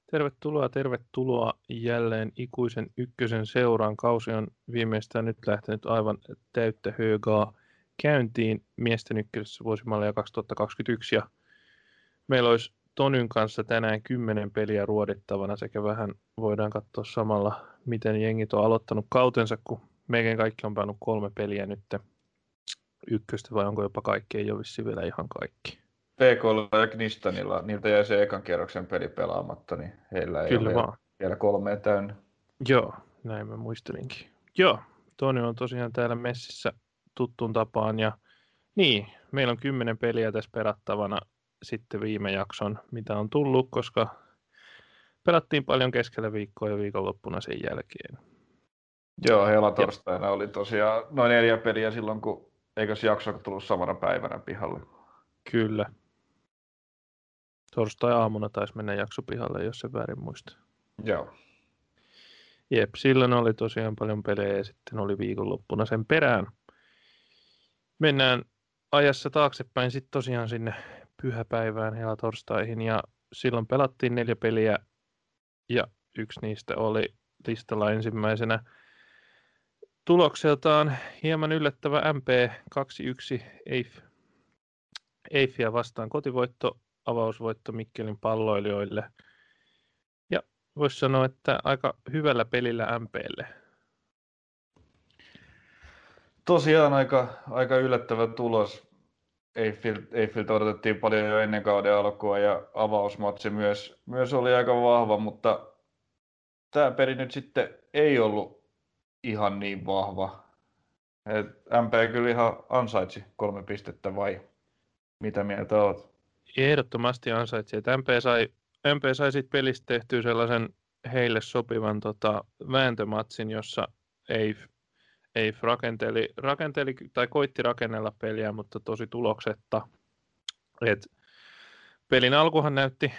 Tervetuloa jälleen ikuisen ykkösen seuraan. Kausi on viimeistään nyt lähtenyt aivan täyttä högaa käyntiin miesten ykkösessä vuosimallia 2021. Ja meillä olisi Tonyn kanssa tänään 10 peliä ruodittavana sekä vähän voidaan katsoa samalla, miten jengit on aloittanut kautensa, kun meidän kaikki on pannut 3 peliä nyt ykköstä vai onko jopa kaikki, ei ole vissiin vielä ihan kaikki. PK:lla ja Knistanilla, niiltä jäi se ekan kierroksen peli pelaamatta, niin heillä ei Kyllä ole vaan. vielä 3 täynnä. Joo, näin mä muistelinkin. Joo, Toni on tosiaan täällä messissä tuttuun tapaan ja niin, meillä on 10 peliä tässä perattavana sitten viime jakson, mitä on tullut, koska pelattiin paljon keskellä viikkoa ja viikonloppuna sen jälkeen. Joo, helatorstaina oli tosiaan noin 4 peliä silloin, kun eikös jakso tullut samana päivänä pihalle. Kyllä. Torstai-aamuna taisi mennä jakso pihalle, jos se väärin muista. Joo. Jep, silloin oli tosiaan paljon pelejä ja sitten oli viikonloppuna sen perään. Mennään ajassa taaksepäin sitten tosiaan sinne pyhäpäivään helatorstaihin ja silloin pelattiin 4 peliä ja yksi niistä oli listalla ensimmäisenä tulokseltaan hieman yllättävä MP 2-1 Eiffia vastaan kotivoitto, avausvoitto Mikkelin palloilijoille. Ja voisi sanoa, että aika hyvällä pelillä MPlle. Tosiaan aika yllättävä tulos. Eiffiltä odotettiin paljon jo ennen kauden alkua ja avausmatsi myös oli aika vahva, mutta tämä peli nyt sitten ei ollut ihan niin vahva. MP kyllä ihan ansaitsi 3 pistettä vai mitä mieltä olet? Ehdottomasti ansaitsi, että MP sai siitä pelistä tehtyä sellaisen heille sopivan vääntömatsin, jossa Eiff rakenteli tai koitti rakennella peliä, mutta tosi tuloksetta. Pelin alkuhan näytti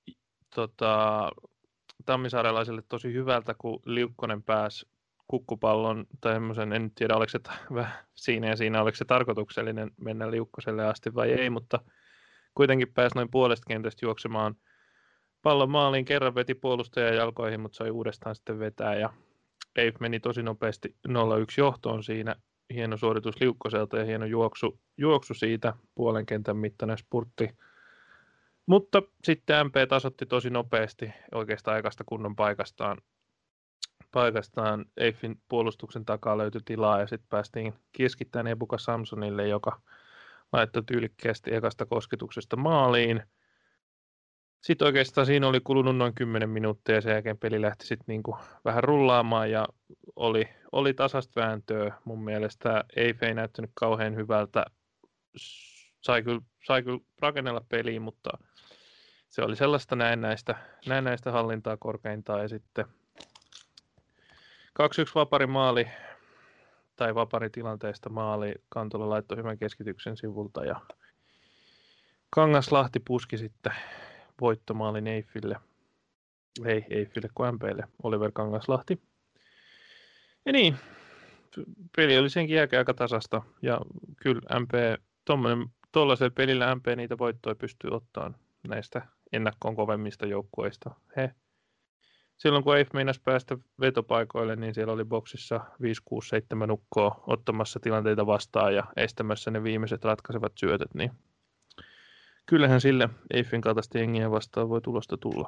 tammisaarelaisille tosi hyvältä, kun Liukkonen pääsi kukkupallon tai semmoisen, en tiedä oliko se siinä oliko se tarkoituksellinen mennä Liukkoselle asti vai ei, mutta kuitenkin pääsi noin puolesta kentästä juoksemaan pallon maaliin, kerran veti puolustajan jalkoihin, mutta sai uudestaan sitten vetää ja Eiff meni tosi nopeasti 0-1 johtoon siinä. Hieno suoritus Liukkoselta ja hieno juoksu siitä, puolen kentän mittainen spurtti. Mutta sitten MP tasoitti tosi nopeasti oikeastaan aikasta kunnon paikastaan. Eiffin puolustuksen takaa löytyi tilaa ja sitten päästiin keskittämään Ebuka Samsonille, joka laittoi tyylikkäästi ekasta kosketuksesta maaliin. Sitten oikeastaan siinä oli kulunut noin 10 minuuttia ja sen jälkeen peli lähti sitten niinku vähän rullaamaan ja oli tasasta vääntöä. Mun mielestä Eiff ei näyttänyt kauhean hyvältä. Sai kyllä rakennella peliä, mutta se oli sellaista näennäistä hallintaa korkeintaan ja sitten 2-1 vaparimaali tai vaparitilanteesta maali. Kantola laittoi hyvän keskityksen sivulta ja Kangaslahti puski sitten voittomaalin Eiffille. Ei Eiffille kuin MPlle, Oliver Kangaslahti. Ja niin, peli oli senkin jälkeen aika tasasta ja kyllä MP, tuollaisella pelillä MP niitä voittoja pystyy ottamaan näistä ennakkoon kovemmista joukkueista. Silloin kun Eiff meinasi päästä vetopaikoille, niin siellä oli boksissa 5, 6, 7 ukkoa ottamassa tilanteita vastaan ja estämässä ne viimeiset ratkaisevat syötöt, niin kyllähän sille Eiffin kaltaista jengiä vastaan voi tulosta tulla.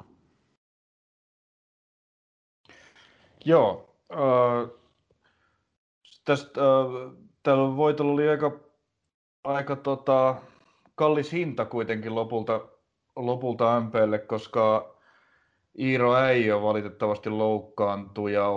Joo. Tällä voitolla oli aika kallis hinta kuitenkin lopulta MPlle, koska Iiro Äijö valitettavasti loukkaantui ja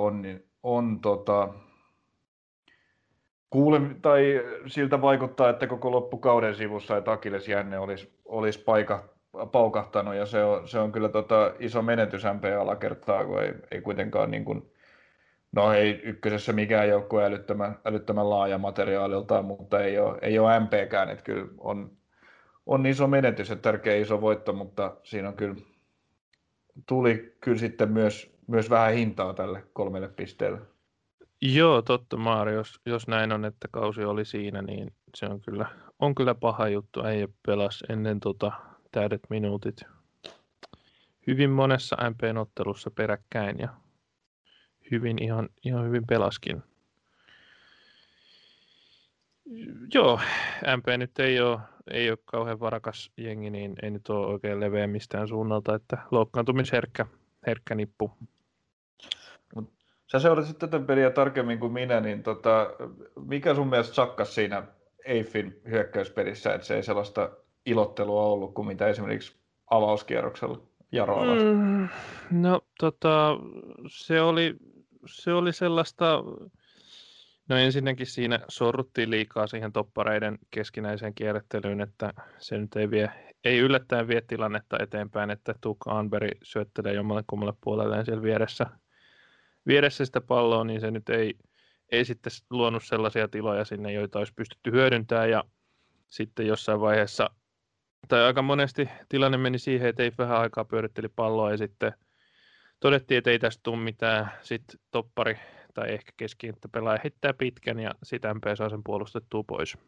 tai siltä vaikuttaa, että koko loppukauden sivussa että akillesjänne olisi paukahtanut ja se on kyllä iso menetys MP-alakertaa, kun ei kuitenkaan niin kuin, no ei ykkösessä mikään joukkue älyttömän laaja materiaaliltaan, mutta ei ole MPkään, että kyllä on iso menetys ja tärkeä iso voitto, mutta siinä on tuli kyllä sitten myös vähän hintaa tälle 3 pisteelle. Joo, totta Maari, jos näin on, että kausi oli siinä, niin se on kyllä paha juttu. Ei pelasi ennen täydet minuutit. hyvin monessa MP-ottelussa peräkkäin ja ihan hyvin pelaskin. Joo, MP nyt ei ole kauhean varakas jengi, niin ei nyt ole oikein leveä mistään suunnalta, että loukkaantumisherkkä nippu. Sä seurasit tätä peliä tarkemmin kuin minä, niin mikä sun mielestä sakkas siinä Eiffin hyökkäyspelissä, että se ei sellaista ilottelua ollut kuin mitä esimerkiksi avauskierroksella Jaro avasi? No se oli sellaista, no ensinnäkin siinä sorruttiin liikaa siihen toppareiden keskinäiseen kierrättelyyn, että se nyt ei yllättäen vie tilannetta eteenpäin, että Tuukka Anberg syöttelee jommalle kummalle puolelleen siellä vieressä sitä palloa, niin se nyt ei sitten luonut sellaisia tiloja sinne, joita olisi pystytty hyödyntämään, ja sitten jossain vaiheessa, tai aika monesti tilanne meni siihen, että ei vähän aikaa pyöritteli palloa, ja sitten todettiin, että ei tästä tule mitään, sitten toppari tai ehkä keskikenttä pelaaja heittää pitkän, ja sitten MP saa sen puolustettua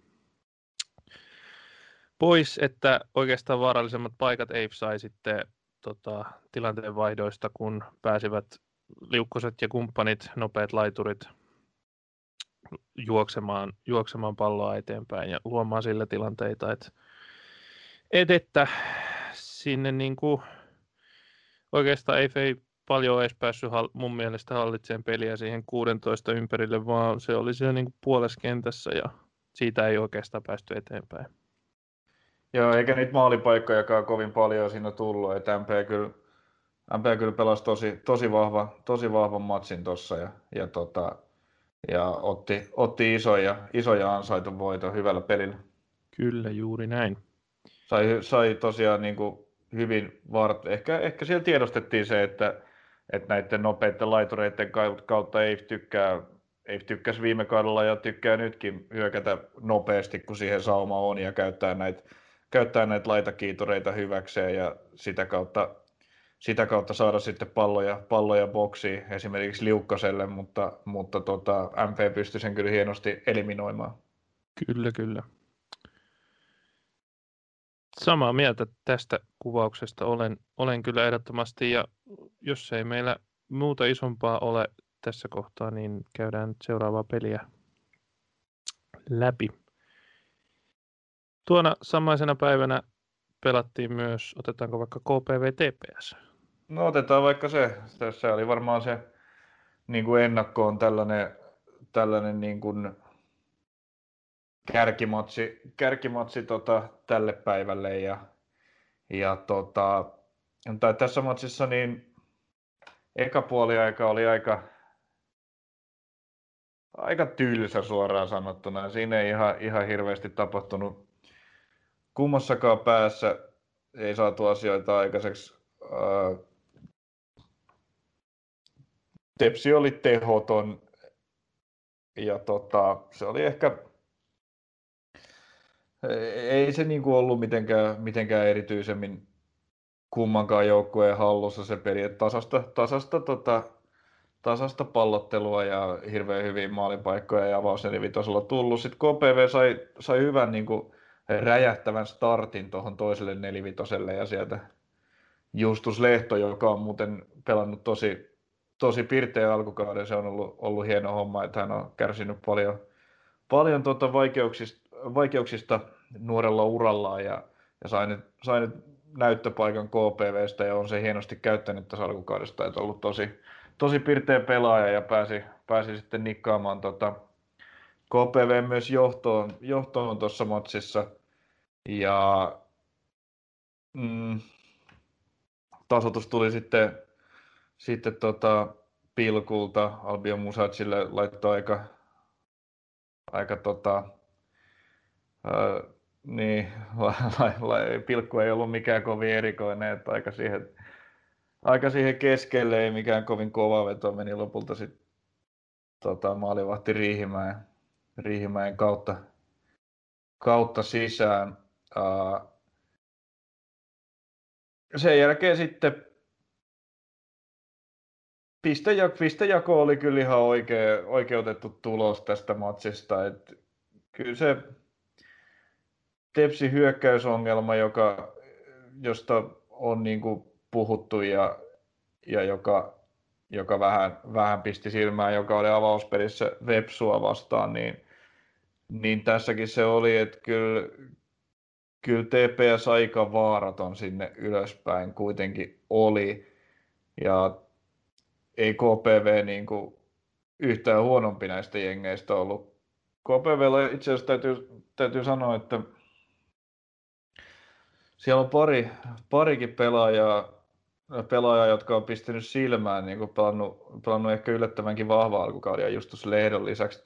pois, että oikeastaan vaarallisemmat paikat Eif sai sitten tilanteen vaihdoista, kun pääsivät Liukkoset ja kumppanit, nopeat laiturit, juoksemaan palloa eteenpäin ja luomaan sillä tilanteita, että sinne niin kuin oikeastaan ei paljon edes päässyt mun mielestä hallitsemaan peliä siihen 16 ympärille, vaan se oli siellä niin kuin puolessa kentässä ja siitä ei oikeastaan päästy eteenpäin. Joo, eikä niitä maalipaikkojakaan kovin paljon siinä tullut, että MP kyllä pelasi tosi vahvan matsin tuossa ja otti isoja ansaitun voiton hyvällä pelillä. Kyllä, juuri näin. Sai tosiaan niin kuin hyvin ehkä siellä tiedostettiin se, että näiden nopeiden laitureiden kautta Eif tykkäsi viime kaudella ja tykkää nytkin hyökätä nopeasti, kun siihen sauma on ja käyttää näitä laitakiitureita hyväkseen ja sitä kautta saada sitten palloja boksiin esimerkiksi Liukkaselle, mutta MP pystyi sen kyllä hienosti eliminoimaan. Kyllä. Samaa mieltä tästä kuvauksesta olen kyllä ehdottomasti, ja jos ei meillä muuta isompaa ole tässä kohtaa, niin käydään nyt seuraavaa peliä läpi. Tuona samaisena päivänä pelattiin myös, otetaanko vaikka KPV TPS? No otetaan vaikka se. Tässä oli varmaan se niin kuin ennakkoon tällainen niin kuin kärkimatsi tälle päivälle tai tässä matsissa niin eka puoliaika oli aika tylsä suoraan sanottuna. Siinä ei ihan hirveästi tapahtunut kummassakaan päässä, ei saatu asioita aikaiseksi. Tepsi oli tehoton ja se oli ehkä, ei se niinku ollut mitenkään erityisemmin kummankaan joukkueen hallussa se peli, että tasasta pallottelua ja hirveän hyviä maalipaikkoja ja avausnelivitosella tullut. Sitten KPV sai hyvän niinku räjähtävän startin tuohon toiselle nelivitoselle ja sieltä Justus Lehto, joka on muuten pelannut tosi pirteä alkukauden. Se on ollut hieno homma, että hän on kärsinyt paljon vaikeuksista nuorella urallaan ja sai nyt näyttöpaikan KPVstä ja on se hienosti käyttänyt tässä alkukaudesta, että on ollut tosi pirteä pelaaja ja pääsi sitten nikkaamaan KPV myös johtoon tuossa matsissa ja tasoitus tuli sitten pilkulta. Albion Musacille laittoi niin, pilkku ei ollut mikään kovin erikoinen, että aika siihen keskelle ei mikään kovin kova veto, meni lopulta sitten maalivahti Riihimäen kautta sisään. Sen jälkeen sitten pistejako oli kyllä ihan oikeutettu tulos tästä matsista. Et kyllä se Tepsin hyökkäysongelma, josta on niinku puhuttu ja joka vähän pisti silmään, joka oli avauspelissä Vepsua vastaan, niin tässäkin se oli, että kyllä TPS aika vaaraton sinne ylöspäin kuitenkin oli, ja ei KPV niin kuin yhtään huonompi näistä jengeistä ollut. KPVllä itse asiassa täytyy sanoa, että siellä on parikin pelaajaa, jotka on pistänyt silmään, niin kuin pelannut ehkä yllättävänkin vahvaa alkukauden, ja Justus Lehdon lisäksi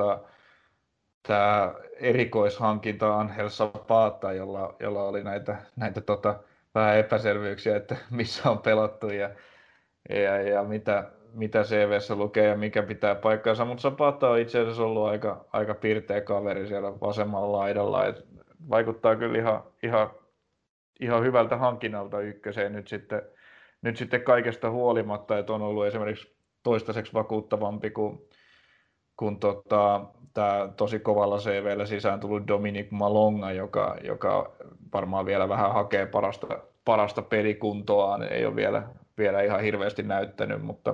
tämä erikoishankinta Angel Zapata, jolla oli näitä vähän epäselvyyksiä, että missä on pelattu ja mitä CV:ssä lukee ja mikä pitää paikkaansa, mutta Zapata on itse asiassa ollut aika pirteä kaveri siellä vasemmalla laidalla, et vaikuttaa kyllä ihan hyvältä hankinnalta ykköseen nyt sitten kaikesta huolimatta, että on ollut esimerkiksi toistaiseksi vakuuttavampi kuin tämä tosi kovalla CV:llä sisään tullut Dominic Malonga, joka varmaan vielä vähän hakee parasta pelikuntoaan, ei ole vielä ihan hirveästi näyttänyt, mutta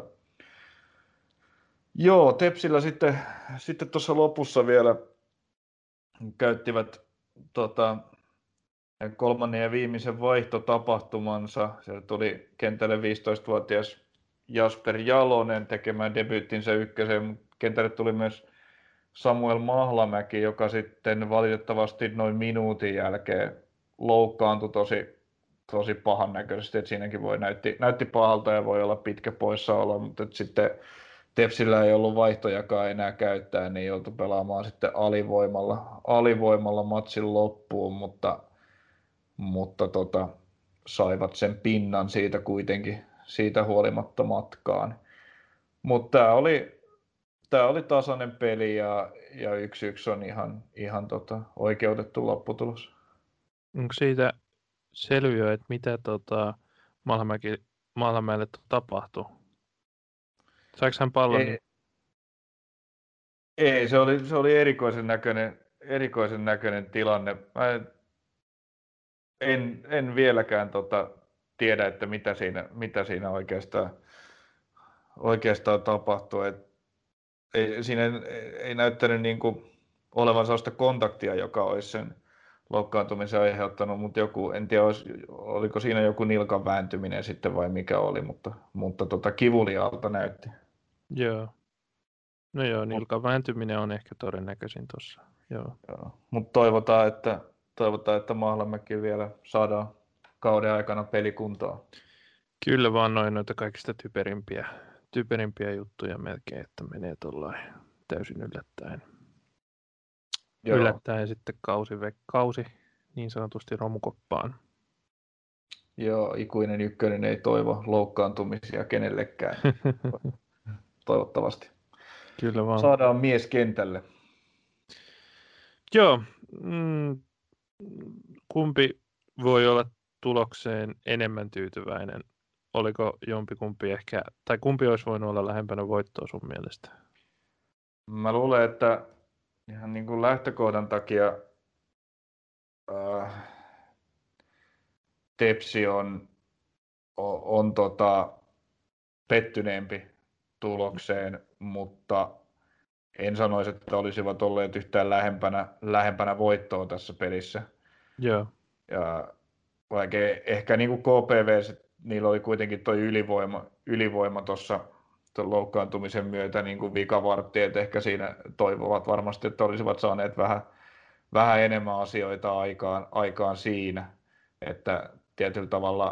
joo, Tepsillä sitten tuossa lopussa vielä käyttivät kolmannen ja viimeisen vaihtotapahtumansa. Sieltä tuli kentälle 15-vuotias Jasper Jalonen tekemään debyyttinsä ykköseen, mutta kentälle tuli myös Samuel Mahlamäki, joka sitten valitettavasti noin minuutin jälkeen loukkaantui tosi pahan näköisesti, että siinäkin näytti pahalta ja voi olla pitkä poissaolo, mutta sitten Tepsillä ei ollut vaihtojakaan enää käyttää, niin joutui pelaamaan sitten alivoimalla matsin loppuun, mutta saivat sen pinnan siitä kuitenkin siitä huolimatta matkaan. Mutta tämä oli tasainen peli ja 1-1 on ihan oikeutettu lopputulos. Onko siitä selviö, että mitä Mahlamäelle tapahtui? Saiko hän pallon? Ei, se oli erikoisen näköinen tilanne. Mä en vieläkään tiedä, että mitä siinä oikeastaan tapahtui. Siinä ei näyttänyt niin kuin olevan sellaista kontaktia, joka olisi sen loukkaantumisen aiheuttanut, mutta en tiedä, oliko siinä joku nilkan vääntyminen sitten vai mikä oli, mutta kivuliaalta näytti. Joo. No joo, nilkan vääntyminen on ehkä todennäköisin tuossa. Joo. Mutta toivotaan, että Mahlamäki vielä saadaan kauden aikana pelikuntoon. Kyllä vaan noita kaikista typerimpiä juttuja melkein, että menee tuollain täysin yllättäen. Joo. Yllättäen sitten kausi niin sanotusti romukoppaan. Joo, ikuinen ykkönen ei toivo loukkaantumisia kenellekään. Toivottavasti. Kyllä vaan. Saadaan mies kentälle. Joo. Kumpi voi olla tulokseen enemmän tyytyväinen? Oliko jompikumpi ehkä, tai kumpi olisi voinut olla lähempänä voittoa sun mielestä? Mä luulen, että ihan niin kuin lähtökohdan takia Tepsi on pettyneempi tulokseen, mutta en sanoisi, että olisivat olleet yhtään lähempänä voittoa tässä pelissä. Joo. Ja vaikka ehkä niin kuin KPV, niillä oli kuitenkin tuo ylivoima tuossa loukkaantumisen myötä niin kuin vikavartti, että ehkä siinä toivovat varmasti, että olisivat saaneet vähän enemmän asioita aikaan siinä, että tietyllä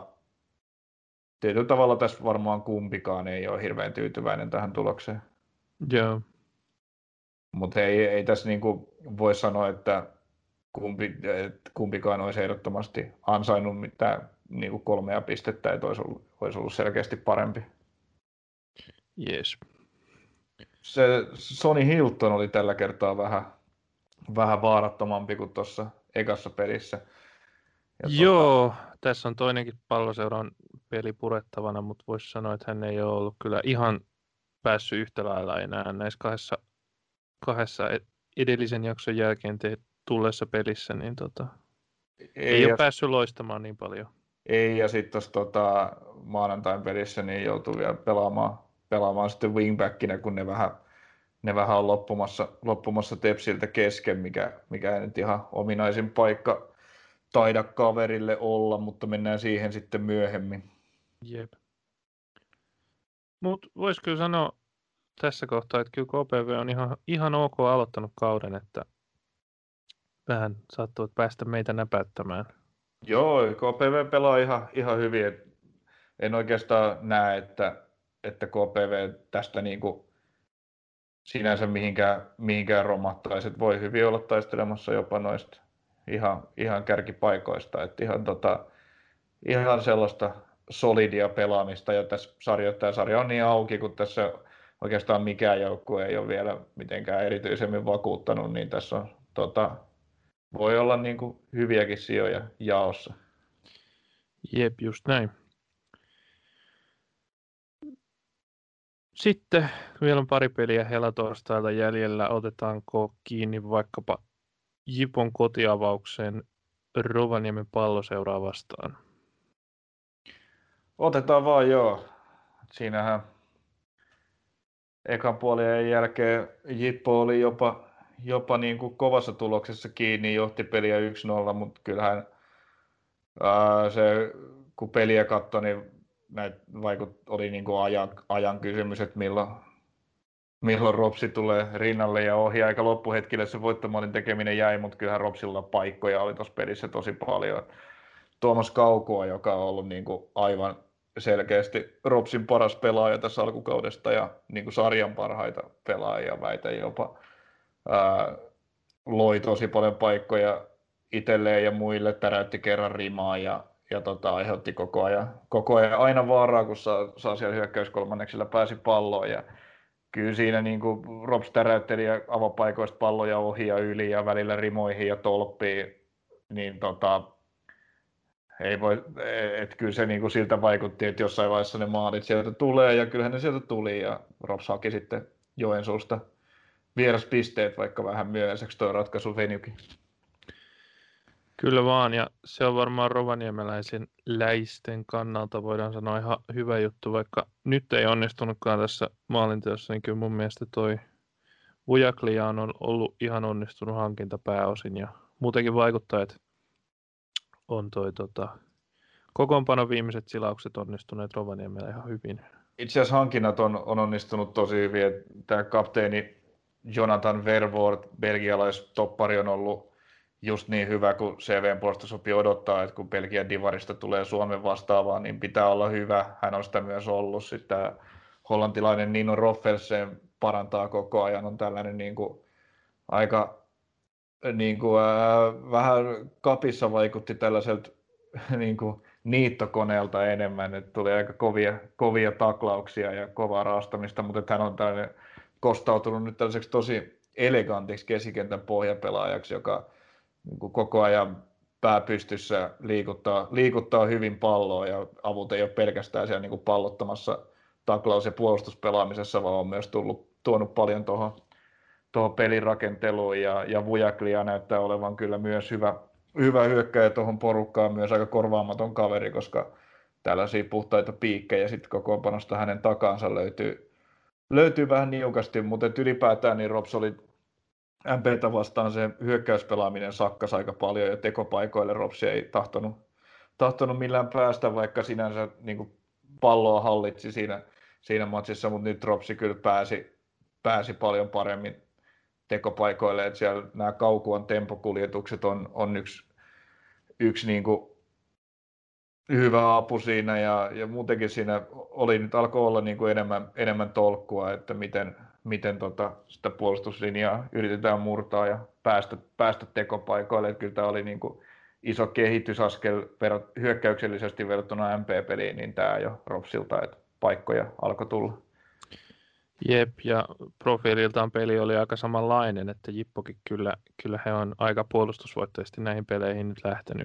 tavalla tässä varmaan kumpikaan ei ole hirveän tyytyväinen tähän tulokseen. Joo. Mutta ei tässä niinku voi sanoa, että kumpikaan olisi ehdottomasti ansainnut mitään niinku 3 pistettä, että olisi ollut selkeästi parempi. Yes. Se Sonny Hilton oli tällä kertaa vähän vaarattomampi kuin tuossa ekassa pelissä. Joo, tässä on toinenkin Palloseuran peli purettavana, mutta voisi sanoa, että hän ei ole ollut kyllä ihan päässyt yhtä lailla enää näissä kahdessa edellisen jakson jälkeen tulleessa pelissä, niin ei ole päässyt loistamaan niin paljon. ei, ja sitten tuossa maanantain pelissä niin joutui vielä pelaamaan sitten wingbackinä, kun ne vähän on loppumassa Tepsiltä kesken, mikä ei nyt ihan ominaisin paikka taida kaverille olla, mutta mennään siihen sitten myöhemmin. Jep. Mutta voisi kyllä sanoa tässä kohtaa, että kyllä KPV on ihan ok aloittanut kauden, että vähän saattavat päästä meitä näpäyttämään. Joo, KPV pelaa ihan hyvin. En oikeastaan näe, että KPV tästä niinku sinänsä mihinkään romahtaisi. Et voi hyvin olla taistelemassa jopa noista ihan kärkipaikoista. Et ihan sellaista solidia pelaamista. Ja tämä sarja on niin auki, kun tässä oikeastaan mikään joukkue ei ole vielä mitenkään erityisemmin vakuuttanut, niin tässä on, voi olla niinku hyviäkin sijoja jaossa. Jep, just näin. Sitten vielä on pari peliä helatorstailta jäljellä. Otetaanko kiinni vaikkapa Jipon kotiavaukseen Rovaniemen Palloseuraa vastaan? Otetaan vaan joo. Siinähän ekan puolien jälkeen Jippo oli jopa niin kuin kovassa tuloksessa kiinni, johti peliä 1-0, mutta kyllähän se, kun peliä katsoi, niin oli niin kuin ajan kysymys, että milloin Ropsi tulee rinnalle ja ohi. Aika loppuhetkille se voittomaalin tekeminen jäi, mutta kyllähän Ropsilla paikkoja oli tuossa pelissä tosi paljon. Tuomas Kaukua, joka on ollut niin kuin aivan selkeästi Ropsin paras pelaaja tässä alkukaudesta ja niin kuin sarjan parhaita pelaajia väitän jopa. Loi tosi paljon paikkoja itselleen ja muille, täräytti kerran rimaa ja aiheutti koko ajan aina vaaraa, kun saa siellä hyökkäyskolmanneksilla pääsi palloon. Ja kyllä siinä niin kuin Rops täräytteli ja avopaikoista palloja ohi ja yli ja välillä rimoihin ja tolppiin, niin ei voi, että kyllä se niin kuin siltä vaikutti, että jossain vaiheessa ne maalit sieltä tulee, ja kyllähän ne sieltä tuli, ja Rops haki sitten Joensuusta vieraspisteet, vaikka vähän myöhäiseksi tuo ratkaisu venykin. Kyllä vaan, ja se on varmaan rovaniemeläisen läisten kannalta voidaan sanoa ihan hyvä juttu, vaikka nyt ei onnistunutkaan tässä maalinteossa, niin kyllä mun mielestä toi Vujaklia on ollut ihan onnistunut hankinta pääosin, ja muutenkin vaikuttaa, että on toi kokoonpanon viimeiset silaukset onnistuneet Rovaniemellä ihan hyvin. Itse asiassa hankinnat on onnistunut tosi hyvin. Tämä kapteeni Jonathan Vervoort, belgialaistoppari, on ollut just niin hyvä kuin CVn puolesta sopii odottaa, että kun Belgian divarista tulee Suomen vastaavaa, niin pitää olla hyvä. Hän on sitä myös ollut. Sitten tämä hollantilainen Nino Roffelsen parantaa koko ajan, on tällainen niin kuin aika niin kuin, vähän kapissa vaikutti tällaiselta niin kuin niittokoneelta enemmän, että tuli aika kovia taklauksia ja kovaa raastamista, mutta hän on tällainen kostautunut nyt tällaiseksi tosi elegantiksi keskikentän pohjapelaajaksi, joka niin kuin koko ajan pää pystyssä liikuttaa hyvin palloa ja avut ei ole pelkästään siellä niin kuin pallottamassa taklaus- ja puolustuspelaamisessa, vaan on myös tuonut paljon tuohon pelirakenteluun ja Vujaklia näyttää olevan kyllä myös hyvä hyökkäjä tuohon porukkaan, myös aika korvaamaton kaveri, koska tällaisia puhtaita piikkejä sitten kokoonpanosta hänen takaansa löytyy vähän niukasti, mutta ylipäätään niin Rops oli MP:tä vastaan se hyökkäyspelaaminen sakkas aika paljon ja tekopaikoille Ropsi ei tahtonut millään päästä, vaikka sinänsä niin kuin palloa hallitsi siinä matsissa, mutta nyt Ropsi kyllä pääsi paljon paremmin tekopaikoille, että siellä nämä Kaukuan tempokuljetukset on yksi niin kuin hyvä apu siinä ja muutenkin siinä alkoi olla niin kuin enemmän tolkkua, että miten sitä puolustuslinjaa yritetään murtaa ja päästä tekopaikoille, että kyllä tämä oli niin kuin iso kehitysaskel hyökkäyksellisesti verrattuna MP-peliin, niin tämä jo Ropsilta, että paikkoja alkoi tulla. Jep, ja profiililtaan peli oli aika samanlainen, että Jippokin kyllä he on aika puolustusvoitteisesti näihin peleihin nyt lähtenyt.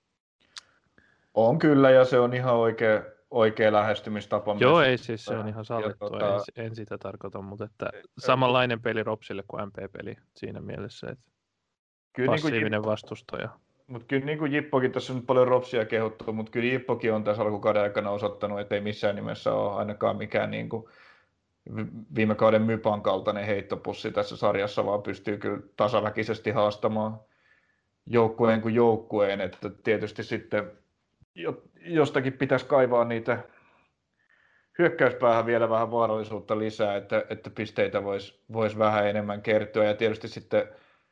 On kyllä, ja se on ihan oikea lähestymistapa. Joo, myös. Ei siis se on ihan sallittua, en sitä tarkoita, mutta että samanlainen peli Ropsille kuin MP-peli siinä mielessä, että kyllä passiivinen niin vastustaja. Mutta kyllä niin kuin Jippokin, tässä on nyt paljon ropsia kehuttu, mutta kyllä Jippokin on tässä alkukauden aikana osoittanut, että ei missään nimessä ole ainakaan mikään niin kuin viime kauden Mypan kaltainen heittopussi tässä sarjassa, vaan pystyy kyllä tasaväkisesti haastamaan joukkueen kuin joukkueen, että tietysti sitten jostakin pitäisi kaivaa niitä hyökkäyspäähän vielä vähän vaarallisuutta lisää, että pisteitä voisi vähän enemmän kertyä, ja tietysti sitten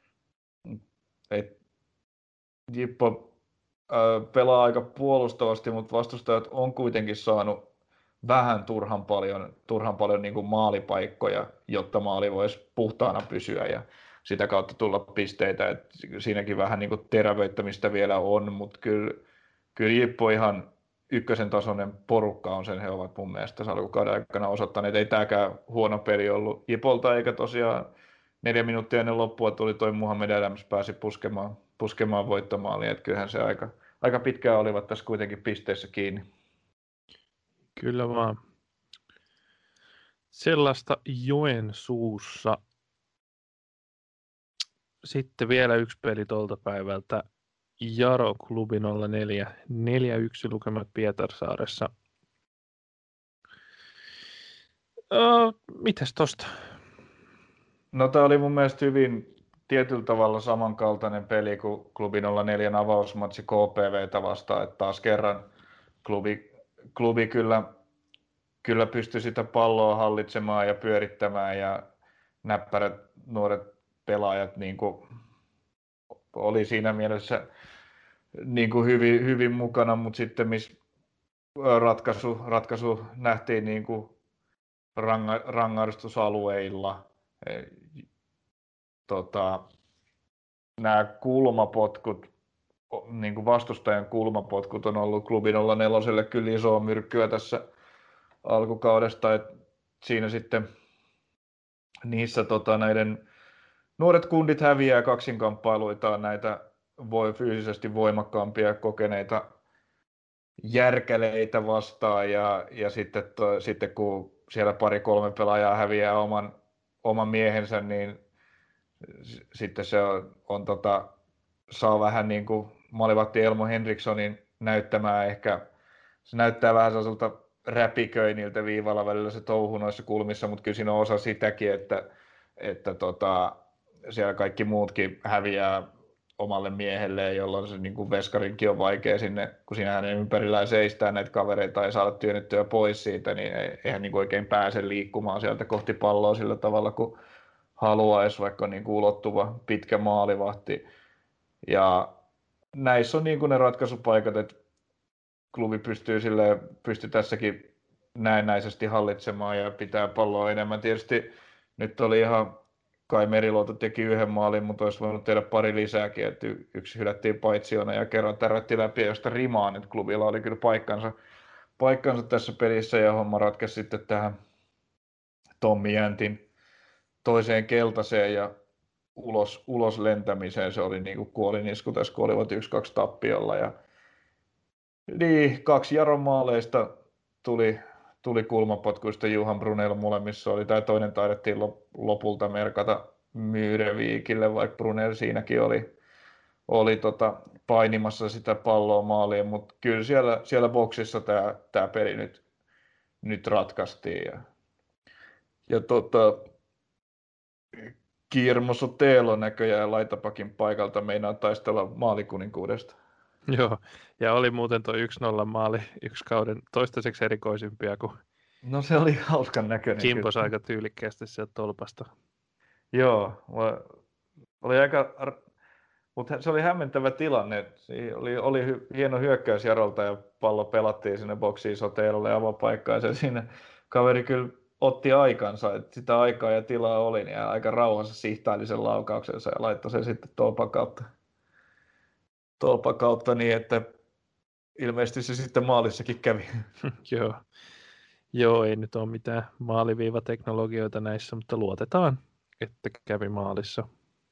että Jippo pelaa aika puolustavasti, mutta vastustajat on kuitenkin saanut vähän turhan paljon niin kuin maalipaikkoja, jotta maali voisi puhtaana pysyä ja sitä kautta tulla pisteitä. Et siinäkin vähän niin kuin terävöittämistä vielä on, mutta kyllä Jippo ihan ykkösen tasoinen porukka on sen, he ovat mun mielestä alkukauden aikana osoittaneet. Ei tämäkään huono peli ollut Jipolta, eikä tosiaan 4 minuuttia ennen loppua tuli toi Muhammed Adams pääsi puskemaan voittomaaliin, että kyllähän se aika pitkään olivat tässä kuitenkin pisteissä kiinni. Kyllä vaan. Sellaista Joensuussa. Sitten vielä yksi peli tuolta päivältä. Jaro Klubi 04, 4-1 lukemat Pietarsaaressa. Mites tosta? No tämä oli mun mielestä hyvin tietyllä tavalla samankaltainen peli kuin Klubi 04 avausmatsi KPVtä vastaan, että taas kerran klubi kyllä pystyi sitä palloa hallitsemaan ja pyörittämään ja näppärät nuoret pelaajat niin kuin oli siinä mielessä niin kuin hyvin mukana, mutta sitten missä ratkaisu nähtiin niin kuin rangaistusalueilla. Nämä kulmapotkut, niin kuin vastustajan kulmapotkut on ollut Klubi 04 kyllä isoa myrkkyä tässä alkukaudesta, että siinä sitten niissä näiden nuoret kundit häviää kaksinkamppailuitaan näitä fyysisesti voimakkaampia kokeneita järkäleitä vastaan ja sitten kun siellä 2-3 pelaajaa häviää oman miehensä, niin sitten se saa vähän niin kuin maalivahti Elmo Henrikssonin näyttämään ehkä, se näyttää vähän sellaiselta räpiköinniltä viivalla välillä se touhu noissa kulmissa, mutta kyllä siinä on osa sitäkin, että siellä kaikki muutkin häviää omalle miehelleen, jolloin se niin kuin veskarinkin on vaikea sinne, kun siinä hänen ympärillään seistää näitä kavereita ja saada työnnettyä pois siitä, niin eihän niin kuin oikein pääse liikkumaan sieltä kohti palloa sillä tavalla, kun haluaisi, vaikka niin kuin ulottuva pitkä maalivahti. Ja näissä on niin kuin ne ratkaisupaikat, että klubi pystyy tässäkin näennäisesti hallitsemaan ja pitää palloa enemmän. Tietysti nyt oli ihan Kai Meriluoto teki 1 maalin, mutta olisi voinut tehdä pari lisääkin, että yksi hylättiin paitsiona ja kerran tärvätti läpi, josta rimaan, että klubilla oli kyllä paikkansa tässä pelissä ja homma ratkesi sitten tähän Tommi Jäntin toiseen keltaiseen ja ulos lentämiseen. Se oli niin kuin kuolinisku tässä, kun olivat 1-2 tappiolla. Ja niin, 2 Jaron maaleista tuli kulmapotkuista. Juhan Brunel molemmissa oli, tai toinen taidettiin lopulta merkata Myyreviikille, vaikka Brunel siinäkin oli painimassa sitä palloa maaliin, mutta kyllä siellä boksissa tämä peli nyt ratkaistiin. Ja Guillermo Sotelo näköjään laitapakin paikalta meinaa taistella maalikuninkuudesta. Joo, ja oli muuten tuo 1-0 maali yksi kauden toistaiseksi erikoisimpia, kun No se oli hauskan näköinen. kimpos aika tyylikkäästi sieltä tolpasta. Joo, oli aika, mutta se oli hämmentävä tilanne. Oli hieno hyökkäys Jarolta ja pallo pelattiin sinne boksiin Sotelolle avapaikkaan. Se siinä kaveri kyllä otti aikansa, että sitä aikaa ja tilaa oli, niin aika rauhassa sihtaili sen laukauksensa ja laittoi sen sitten tolpan kautta niin, että ilmeisesti se sitten maalissakin kävi. Joo, ei nyt ole mitään maaliviivateknologioita näissä, mutta luotetaan, että kävi maalissa.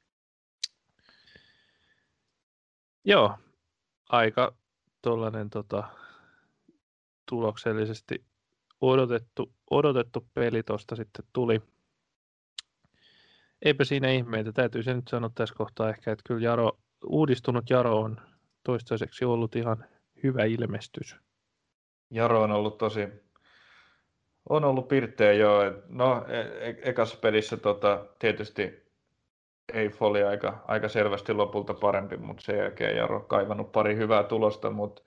Joo, aika tuollainen tuloksellisesti odotettu peli tuosta sitten tuli. Eipä siinä ihmeitä, täytyy se nyt sanoa tässä kohtaa ehkä, että kyllä uudistunut Jaro on toistaiseksi ollut ihan hyvä ilmestys. Jaro on ollut pirteä joo. No, ekassa pelissä tietysti Eiff oli aika selvästi lopulta parempi, mutta sen jälkeen Jaro kaivannut pari hyvää tulosta, mutta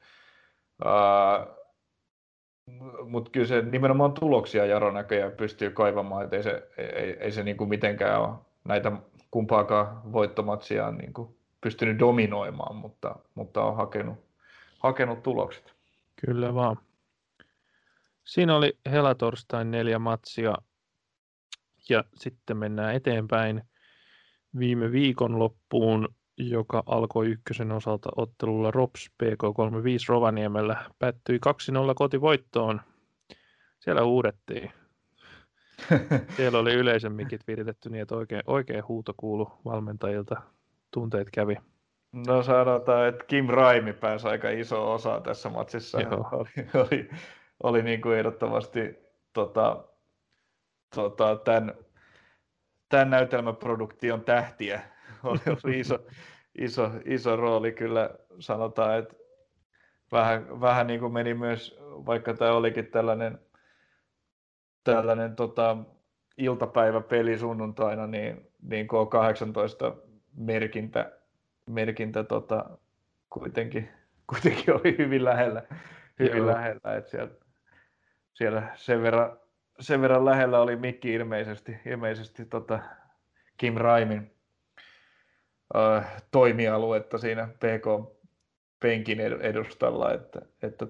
kyllä se nimenomaan tuloksia Jaro näköjään pystyy kaivamaan, että ei se niin kuin mitenkään ole näitä kumpaakaan voittomatsiaan niin kuin pystynyt dominoimaan, mutta on hakenut tulokset. Kyllä vaan. Siinä oli helatorstain 4 matsia ja sitten mennään eteenpäin viime viikonloppuun, joka alkoi ykkösen osalta ottelulla Rops PK35 Rovaniemellä. Päättyi 2-0 kotivoittoon. Siellä huudettiin. Siellä oli yleisön mikit viritetty niin, että oikein huuto kuului valmentajilta. Tunteet kävi. No sanotaan, että Kim Raimi pääsi aika iso osa tässä matsissa. Oli niin kuin ehdottomasti tämän näytelmäproduktion tähtiä. Oli iso rooli kyllä, sanotaan, että vähän niin kuin meni myös, vaikka tämä olikin tällainen iltapäiväpeli sunnuntaina, niin K18 merkintä kuitenkin oli hyvin lähellä, että siellä sen verran lähellä oli mikki ilmeisesti Kim Raimin toimialuetta siinä PK-penkin edustalla, että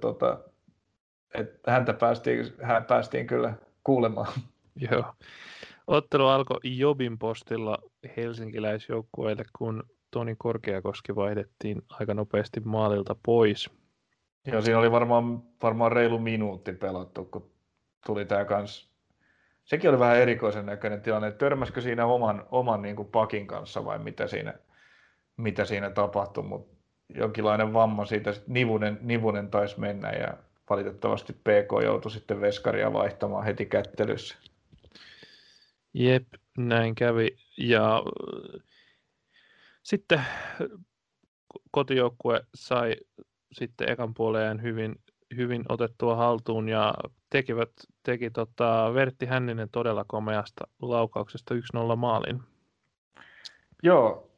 häntä päästiin kyllä kuulemaan. Joo. Ottelu alkoi Jobin postilla helsinkiläisjoukkueille, kun Toni Korkeakoski vaihdettiin aika nopeasti maalilta pois. Joo, siinä oli varmaan reilu minuutti pelattu, kun tuli tämä kans. Sekin oli vähän erikoisen näköinen tilanne. Törmäskö siinä oman niin kuin pakin kanssa vai mitä siinä tapahtui, mutta jonkinlainen vamma siitä nivunen taisi mennä ja valitettavasti PK joutui sitten veskaria vaihtamaan heti kättelyssä. Jep, näin kävi. Ja sitten kotijoukkue sai ekan puoleen hyvin otettua haltuun ja teki Vertti Hänninen todella komeasta laukauksesta 1-0 maalin. Joo,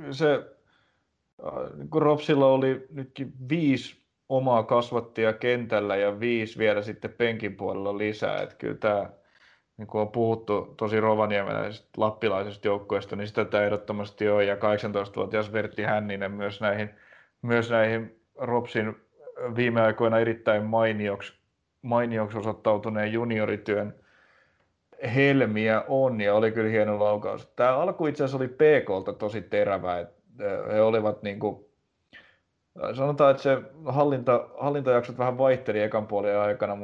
kun Ropsilla oli nytkin 5 omaa kasvattia kentällä ja 5 vielä sitten penkin puolella lisää, että kyllä tämä, niin kuin on puhuttu tosi rovaniemeläisestä lappilaisesta joukkueesta, niin sitä tämä ehdottomasti on, ja 18-vuotias Vertti Hänninen myös näihin Ropsin viime aikoina erittäin mainioksi osoittautuneen juniorityön helmiä on, ja oli kyllä hieno laukaus. Tämä alku itse asiassa oli PK:lta tosi terävä, että he olivat niin kuin, sanotaan, että se hallintajaksot vähän vaihteli ekan puolen aikana,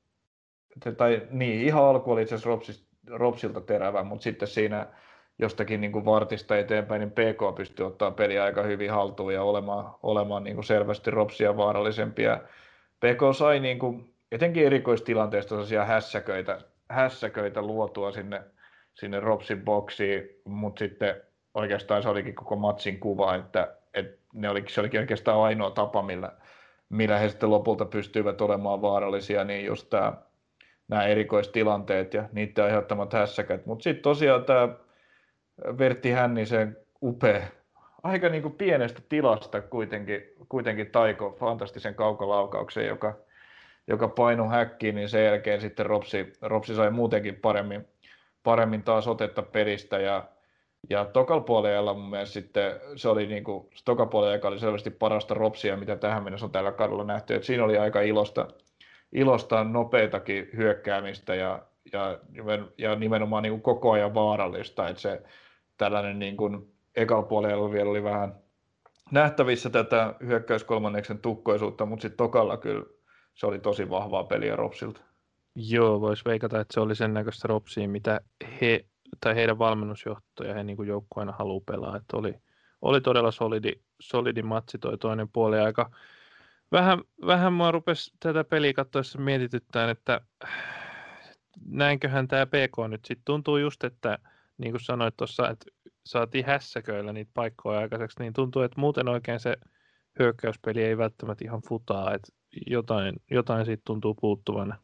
ihan alku oli itse asiassa Ropsilta terävä, mutta sitten siinä jostakin niin kuin vartista eteenpäin, niin PK pystyi ottaa peliä aika hyvin haltuun ja olemaan niin kuin selvästi Ropsia vaarallisempia. PK sai niin kuin, etenkin erikoistilanteesta sellaisia hässäköitä luotua sinne Ropsin boksiin, mutta sitten oikeastaan se olikin koko matsin kuva, että se olikin oikeastaan ainoa tapa, millä he sitten lopulta pystyivät olemaan vaarallisia, niin just nämä erikoistilanteet ja niiden aiheuttamat hässäkät. Mutta sitten tosiaan tämä Vertti Hännisen upea, aika niin kuin pienestä tilasta kuitenkin taiko fantastisen kaukolaukauksen, joka painui häkkiin, niin sen jälkeen sitten Ropsi sai muutenkin paremmin taas otetta pelistä ja tokalla puolella mun mielestä sitten se oli niinku, toka puolella, joka oli selvästi parasta Ropsia, mitä tähän mennessä on tällä kaudella nähty, että siinä oli aika ilosta nopeitakin hyökkäämistä ja nimenomaan niinku koko ajan vaarallista, että se tällainen niinku ekalla puolella vielä oli vähän nähtävissä tätä hyökkäyskolmanneksen tukkoisuutta, mutta sitten tokalla kyllä se oli tosi vahvaa peliä Ropsilta. Joo, voisi veikata, että se oli sen näköistä Ropsia, mitä heidän valmennusjohto ja he niin kuin joukkueena haluaa pelaa. Että oli todella solidi matsi toi toinen puoli aika. Vähän mua rupesi tätä peliä katsoessa mietityttämään, että näinköhän tämä PK nyt sitten tuntuu just, että niin kuin sanoit tuossa, että saatiin hässäköillä niitä paikkoja aikaiseksi, niin tuntuu, että muuten oikein se hyökkäyspeli ei välttämättä ihan futaa, että jotain siitä tuntuu puuttuvan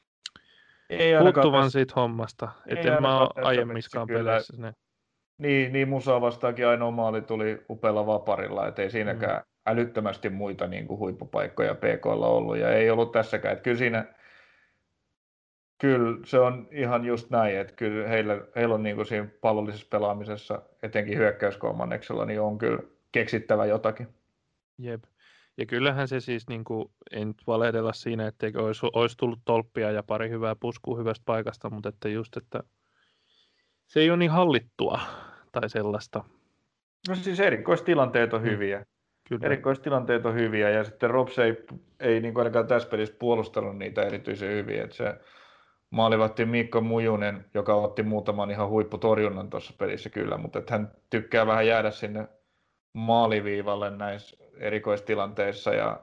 siitä hommasta, että en mä ole aiemmiskaan peleissä ne. Niin Musaa vastaakin ainoa maali tuli upealla vaparilla, et ei siinäkään älyttömästi muita niin kuin huippupaikkoja PK:lla ollut, ja ei ollut tässäkään. Et kyllä se on ihan just näin, että kyllä heillä on niin kuin siinä pallollisessa pelaamisessa, etenkin hyökkäyskolmanneksella, niin on kyllä keksittävä jotakin. Jep. Ja kyllähän se siis, niin kuin, ei nyt valehdella siinä, etteikö olisi tullut tolppia ja pari hyvää puskua hyvästä paikasta, mutta että just, että se ei ole niin hallittua tai sellaista. No siis erikoistilanteet on hyviä. Kyllä. Erikoistilanteet on hyviä, ja sitten Rops ei niin kuin ainakaan tässä pelissä puolustanut niitä erityisen hyvin. Että se maalivahti Mikko Mujunen, joka otti muutaman ihan huipputorjunnan tuossa pelissä kyllä, mutta että hän tykkää vähän jäädä sinne maaliviivalle näissä erikoistilanteissa ja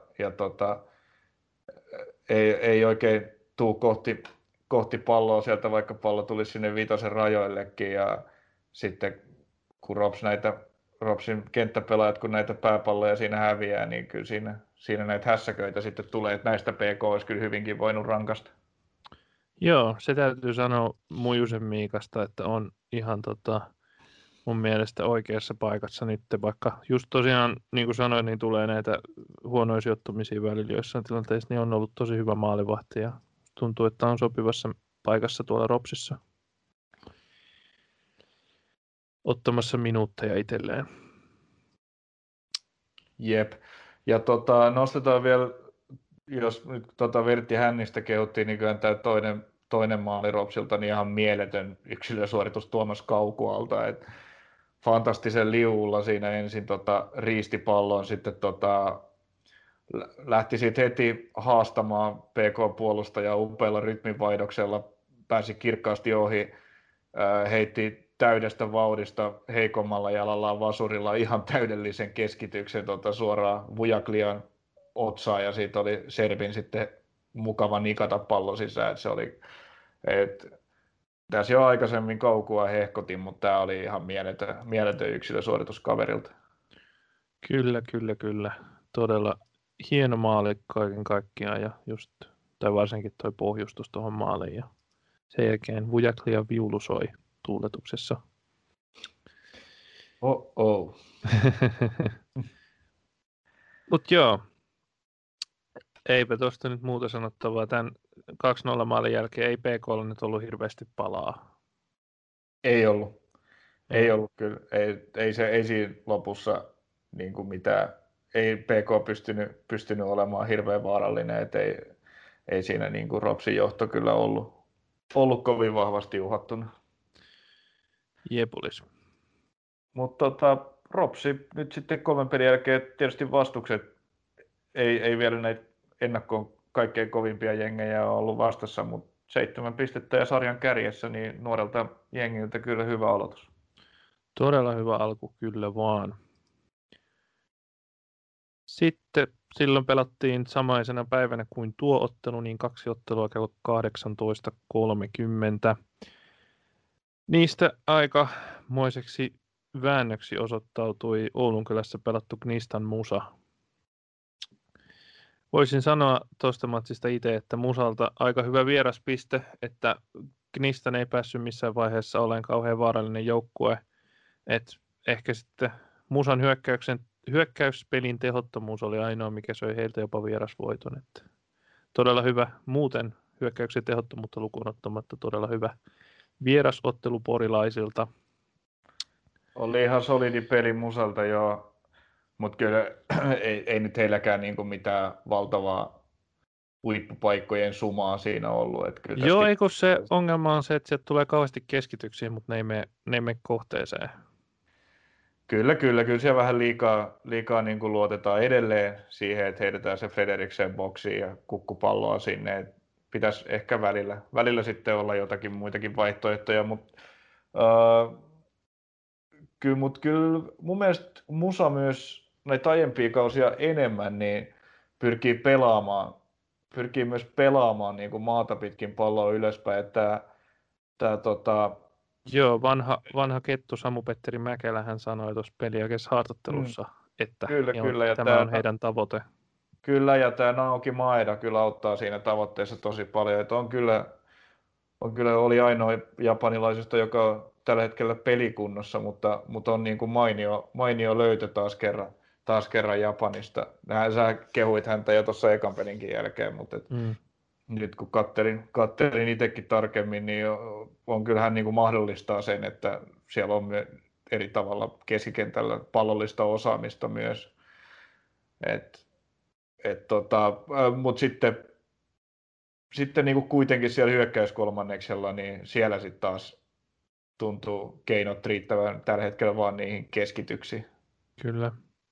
ei oikein tuu kohti palloa sieltä, vaikka pallo tulisi sinne viitosen rajoillekin, ja sitten kun Ropsin kenttäpelaajat, kun näitä pääpalloja siinä häviää, niin kyllä siinä näitä hässäköitä sitten tulee, että näistä PK olisi kyllä hyvinkin voinut rankasta. Joo, se täytyy sanoa Mujusen Miikasta, että on ihan mun mielestä oikeassa paikassa nyt, vaikka just tosiaan, niin kuin sanoin, niin tulee näitä huonoja sijoittumisia välillä joissain tilanteissa, niin on ollut tosi hyvä maalivahti ja tuntuu, että on sopivassa paikassa tuolla Ropsissa ottamassa minuutteja itselleen. Jep. Ja nostetaan vielä, jos nyt Vertti Hännistä kehuttiin, niin kyllä tämä toinen maali Ropsilta, niin ihan mieletön yksilösuoritus Tuomas Kaukualta. Et fantastisen liuulla siinä ensin riisti pallon, sitten lähti sitten heti haastamaan PK-puolustajaa upealla rytminvaihdoksella, pääsi kirkkaasti ohi, heitti täydestä vauhdista heikommalla jalallaan vasurilla ihan täydellisen keskityksen suoraan Vujaklian otsaan, ja siitä oli Serbin sitten mukava nikata pallo sisään. Tässä jo aikaisemmin Kaukua hehkotin, mutta tämä oli ihan mieletön yksilösuoritus kaverilta. Kyllä. Todella hieno maali kaiken kaikkiaan, ja tai varsinkin tuo pohjustus tuohon maaliin, ja sen jälkeen Vujaklia viulu soi tuuletuksessa. Mut joo, eipä tuosta nyt muuta sanottavaa. Tämän 2-0 maalin jälkeen ei PK:lla nyt ollut hirveästi palaa. Ei ollut kyllä. Ei siinä lopussa niin kuin mitään. Ei PK pystynyt olemaan hirveän vaarallinen, että ei siinä niin kuin Ropsin johto kyllä ollut kovin vahvasti uhattuna. Jepulis. Mutta Ropsi nyt sitten 3 pelin jälkeen, tietysti vastukset ei vielä näitä ennakkoon kaikkein kovimpia jengejä ole ollut vastassa, mutta 7 pistettä ja sarjan kärjessä, niin nuorelta jengiltä kyllä hyvä aloitus. Todella hyvä alku, kyllä vaan. Sitten silloin pelattiin samaisena päivänä kuin tuo ottelu, niin 2 ottelua kello 18.30. Niistä aikamoiseksi väännöksi osoittautui Oulunkylässä pelattu Gnistan Musa. Voisin sanoa tuosta matsista itse, että Musalta aika hyvä vieraspiste, että Gnistan ei päässyt missään vaiheessa olemaan kauhean vaarallinen joukkue. Et ehkä sitten Musan hyökkäyspelin tehottomuus oli ainoa, mikä söi heiltä jopa vierasvoiton. Että todella hyvä, muuten hyökkäyksen tehottomuutta lukuun ottamatta todella hyvä vierasottelu porilaisilta. Oli ihan solidi peli Musalta joo, mutta kyllä ei nyt heilläkään niinku mitään valtavaa huippupaikkojen sumaa siinä ollut. Että kyllä joo, eikö se ongelma on se, että sieltä tulee kauheasti keskityksiä, mutta ne ei mene kohteeseen. Kyllä siellä vähän liikaa niin kuin luotetaan edelleen siihen, että heitetään se Frederiksen boksiin ja kukkupalloa sinne. Et pitäisi ehkä välillä sitten olla jotakin muitakin vaihtoehtoja, mutta kyllä mun mielestä Musa myös näitä aiempia kausia enemmän niin pyrkii myös pelaamaan niin kuin maata pitkin palloa ylöspäin. Joo, vanha kettu Samu-Petteri Mäkelä hän sanoi tuossa peliaikeessa haastattelussa, että Kyllä, ja tämä on heidän tavoite. Kyllä, ja tämä Naoki Maeda kyllä auttaa siinä tavoitteessa tosi paljon. Että oli ainoa japanilaisista, joka on tällä hetkellä pelikunnossa, mutta on niin kuin mainio löytö taas kerran Japanista. Sä kehuit häntä jo tuossa ekan pelinkin jälkeen, mutta nyt kun kattelin itsekin tarkemmin, niin on kyllähän niin kuin mahdollistaa sen, että siellä on eri tavalla keskikentällä pallollista osaamista myös. Mutta sitten niin kuin kuitenkin siellä hyökkäyskolmanneksella, niin siellä sitten taas tuntuu keinot riittävän tällä hetkellä vaan niihin keskityksiin. Kyllä.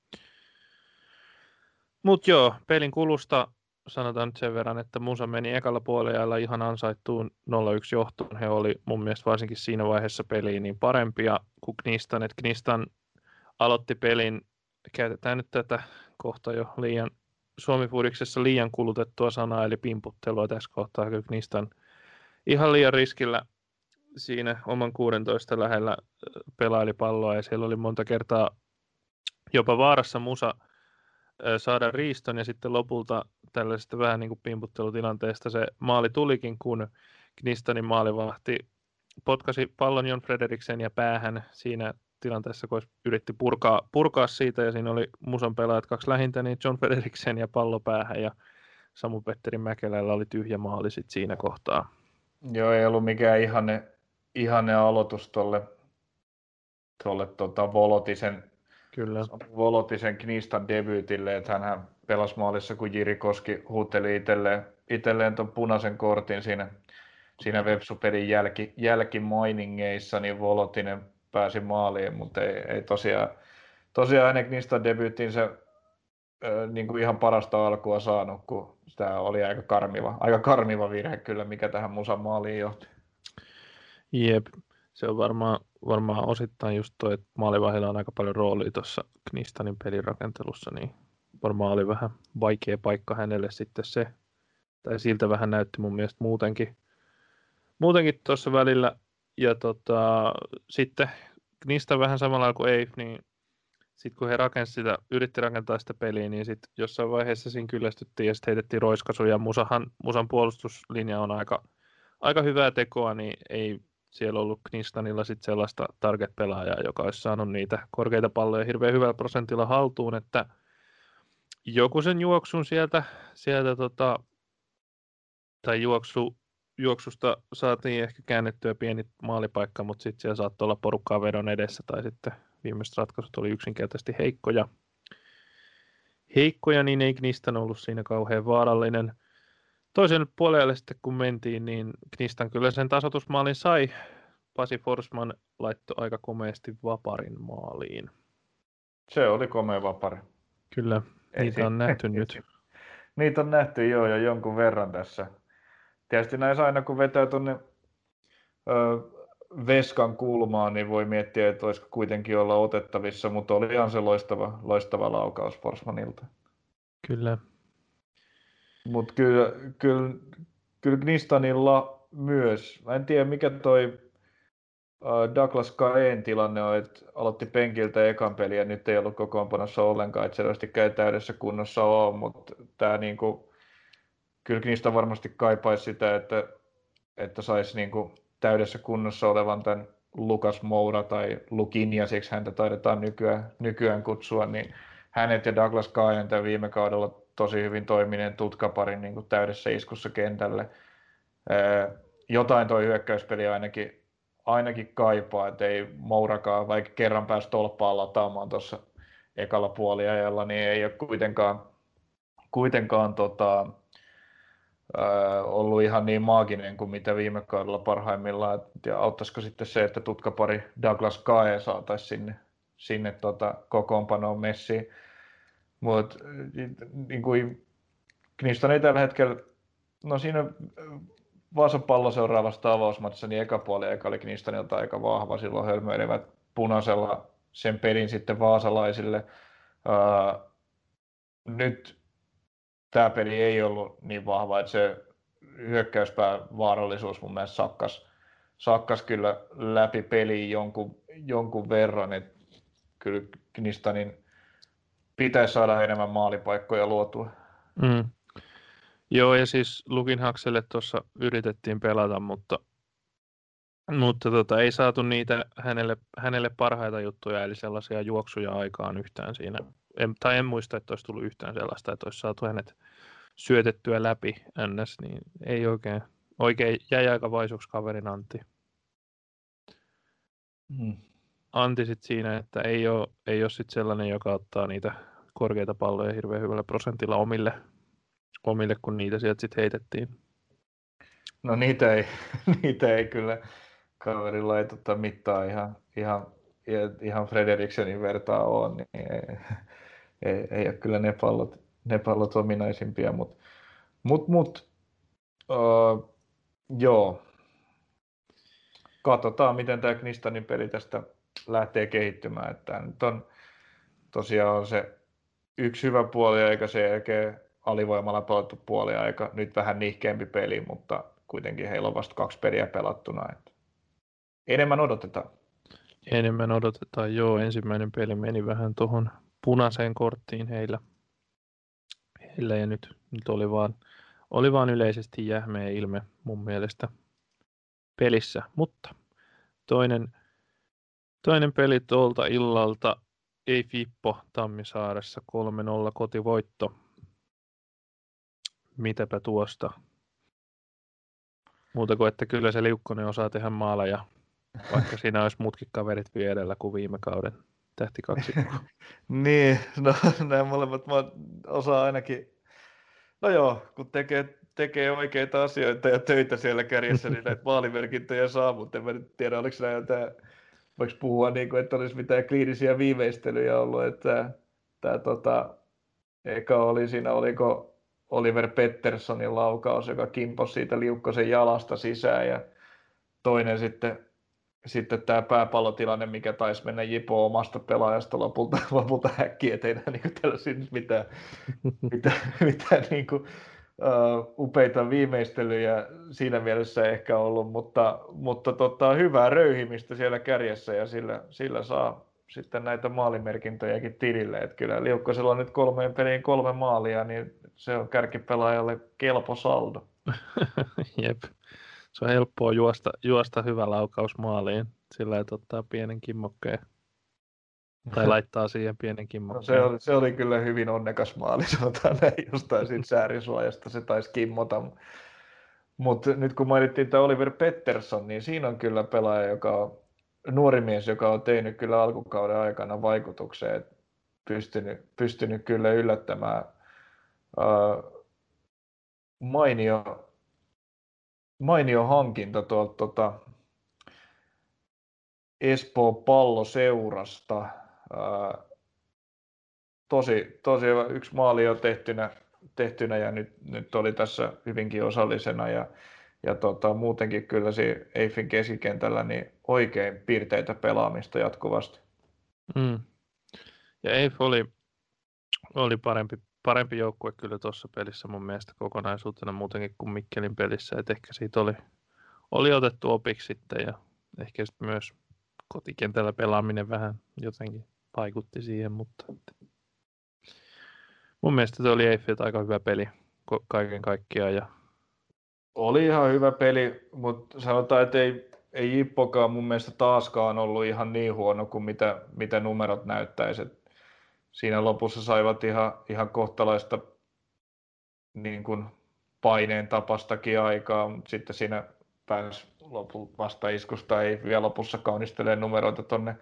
Mutta joo, pelin kulusta sanotaan nyt sen verran, että Musa meni ekalla puolella ihan ansaittuun 0-1 johtoon. He oli mun mielestä varsinkin siinä vaiheessa peliin niin parempia kuin Knistan. Et Knistan aloitti pelin, käytetään nyt tätä kohta jo liian Suomi-fudiksessa liian kulutettua sanaa, eli pimputtelua tässä kohtaa, kun Knistan ihan liian riskillä siinä oman 16 lähellä pelaili palloa, ja siellä oli monta kertaa jopa vaarassa Musa saada riiston, ja sitten lopulta tällaisesta vähän niin kuin pimputtelutilanteesta se maali tulikin, kun Knistanin maalivahti potkasi pallon Jon Frederiksen ja päähän siinä tilanteessa, kun yritti purkaa siitä, ja siinä oli Musan pelaajat kaksi lähintä, niin Jon Frederiksen ja pallo päähän, ja Samu-Petteri Mäkelällä oli tyhjä maali sit siinä kohtaa. Joo, ei ollut mikään ihanne aloitus tuolle Volotisen Knistan debyytille, että hän pelasi maalissa, kun Jiri Koski huuteli itselleen tuon punaisen kortin siinä Vepsu-pelin jälkimainingeissa, niin Volotinen pääsi maaliin, mutta ei tosiaan hänen Knistan debyyttinsä niin kuin ihan parasta alkua saanut, kun tämä oli aika karmiva virhe kyllä, mikä tähän Musan maaliin johti. Jep, se on varmaan osittain just tuo, että maalivahdilla on aika paljon roolia tuossa Knistanin pelirakentelussa, niin varmaan oli vähän vaikea paikka hänelle sitten se, tai siltä vähän näytti mun mielestä muutenkin tuossa välillä, ja sitten Knistan vähän samalla kuin ei, niin sitten kun he yritti rakentaa sitä peliä, niin sitten jossain vaiheessa siinä kyllästyttiin ja sitten heitettiin roiskaisu, ja Musan puolustuslinja on aika hyvää tekoa, niin ei siellä ollut Knistanilla sitten sellaista target-pelaajaa, joka olisi saanut niitä korkeita palloja hirveän hyvällä prosentilla haltuun, että joku sen juoksun sieltä tai juoksusta saatiin ehkä käännettyä pieni maalipaikka, mutta sitten siellä saattoi olla porukkaa vedon edessä, tai sitten viimeiset ratkaisut oli yksinkertaisesti heikkoja, niin ei Knistan ollut siinä kauhean vaarallinen. Toisen puolelle sitten kun mentiin, niin Knistan kyllä sen tasoitusmaalin sai. Pasi Forsman laittoi aika komeasti vaparin maaliin. Se oli komea vapari. Kyllä, niitä on nähty nyt. Niitä on nähty jo jonkun verran tässä. Tietysti näissä aina kun vetää tuonne veskan kulmaan, niin voi miettiä, että olisiko kuitenkin olla otettavissa, mutta oli ihan se loistava laukaus Forsmanilta. Kyllä. Mutta kyllä Knistanilla myös. Mä en tiedä mikä toi Douglas Caen tilanne on, että aloitti penkiltä ekan pelin ja nyt ei ollut kokoonpanossa ollenkaan, että selvästikään ei täydessä kunnossa ole, mutta tämä niinku, kyllä Knistan varmasti kaipaisi sitä, että saisi niinku täydessä kunnossa olevan tämän Lukas Moura tai Lukinjasiksi häntä taidetaan nykyään kutsua, niin hänet ja Douglas Caen tämän viime kaudella tosi hyvin toimineen tutkaparin niin kuin täydessä iskussa kentälle. Jotain toi hyökkäyspeli ainakin kaipaa, että ei Mourakaan, vaikka kerran pääsi tolppaan lataamaan tuossa ekalla puoliajalla, niin ei ole kuitenkaan ollut ihan niin maaginen kuin mitä viime kaudella parhaimmillaan. Ja auttaisiko sitten se, että tutkapari Douglas Caen saataisiin sinne kokoonpanoon messiin. Mutta niin kuin Knistan ei tällä hetkellä, no siinä Vaasan Palloseuraavasta avausmatsissa, niin eka oli Knistanilta aika vahva, silloin hölmöilevät punaisella sen pelin sitten vaasalaisille. Nyt tämä peli ei ollut niin vahva, että se hyökkäyspään vaarallisuus mun mielestä sakkas kyllä läpi peliin jonkun verran, että kyllä Knistanin pitäisi saada enemmän maalipaikkoja luotua. Mm. Joo, ja siis Lukinhakselle tuossa yritettiin pelata, mutta ei saatu niitä hänelle parhaita juttuja, eli sellaisia juoksuja aikaan yhtään siinä. En muista, että olisi tullut yhtään sellaista, että olisi saatu hänet syötettyä läpi ns, niin ei oikein jäi aika vaisuksi kaverin Antti. Antti sit siinä, että ei ole sit sellainen, joka ottaa niitä korkeita palloja hirveän hyvällä prosentilla omille kun niitä sieltä sitten heitettiin. No niitä ei kyllä kaverilla ei mittaa ihan Frederiksenin vertaa ole, niin ei ole kyllä ne pallot ominaisimpia, joo. Katsotaan, miten tämä Knistanin peli tästä lähtee kehittymään. Että nyt on tosiaan se yksi hyvä puoli eikä se jälkeen alivoimalla pelattu puoli aika. Nyt vähän nihkeämpi peli, mutta kuitenkin heillä on vasta 2 peliä pelattuna. Että enemmän odotetaan. Enemmän odotetaan, joo. Ensimmäinen peli meni vähän tuohon punaiseen korttiin heillä ja nyt oli vaan yleisesti jähmeä ilme mun mielestä pelissä. Mutta toinen peli tuolta illalta, ei Fippo Tammisaaressa 3-0 kotivoitto. Mitäpä tuosta? Muuta kuin, että kyllä se Liukkonen osaa tehdä maaleja, vaikka siinä olisi muutkin kaverit vierellä kuin viime kauden tähtikaksikko. Niin, no nämä molemmat osaa ainakin. No joo, kun tekee oikeita asioita ja töitä siellä kärjessä, niin näitä maalimerkintöjä saa, mutta en mä nyt tiedä, oliko nämä jotain, voiko puhua niin kuin, että olisi mitään kliinisiä viimeistelyjä ollut, että eka oli siinä, oliko Oliver Petterssonin laukaus, joka kimposi siitä Liukkosen jalasta sisään, ja toinen sitten tämä pääpallotilanne, mikä taisi mennä Jipo omasta pelaajasta lopulta häkkiin, ettei enää niin tällaisia mitään niin kuin, upeita viimeistelyjä siinä mielessä ehkä ollut, mutta hyvää röyhimistä siellä kärjessä ja sillä saa sitten näitä maalimerkintöjäkin tilille. Että kyllä Liukkosella on nyt 3 peliin 3 maalia, niin se on kärkipelaajalle kelpo saldo. Jep. Se on helppoa juosta hyvä laukaus maaliin, sillä että ottaa pienen kimmokkeen. Tai laittaa siihen pienen kimmokkeen. No se oli kyllä hyvin onnekas maali, sanotaan näin, jostain siitä säärisuojasta se taisi kimmota. Mutta nyt kun mainittiin tämä Oliver Pettersson, niin siinä on kyllä pelaaja, nuori mies, joka on tehnyt kyllä alkukauden aikana vaikutukseen, pystynyt kyllä yllättämään. Mainio hankinta tuolta Espoon Palloseurasta. Tosi hyvä. 1 maali on tehtynä ja nyt oli tässä hyvinkin osallisena ja muutenkin kyllä siinä Eiffin keskikentällä niin oikein piirteitä pelaamista jatkuvasti. Ja Eiff oli parempi joukkue kyllä tuossa pelissä mun mielestä kokonaisuutena muutenkin kuin Mikkelin pelissä, että ehkä siitä oli otettu opiksi sitten ja ehkä sitten myös kotikentällä pelaaminen vähän jotenkin vaikutti siihen, mutta mun mielestä se oli Eiffiltä aika hyvä peli kaiken kaikkiaan. Ja oli ihan hyvä peli, mutta sanotaan, että ei Jippokaan mun mielestä taaskaan ollut ihan niin huono kuin mitä numerot näyttäisi. Siinä lopussa saivat ihan kohtalaista niin kuin paineen tapastakin aikaa, mutta sitten siinä pääsi vastaiskusta, ei vielä lopussa kaunistelee numeroita tonne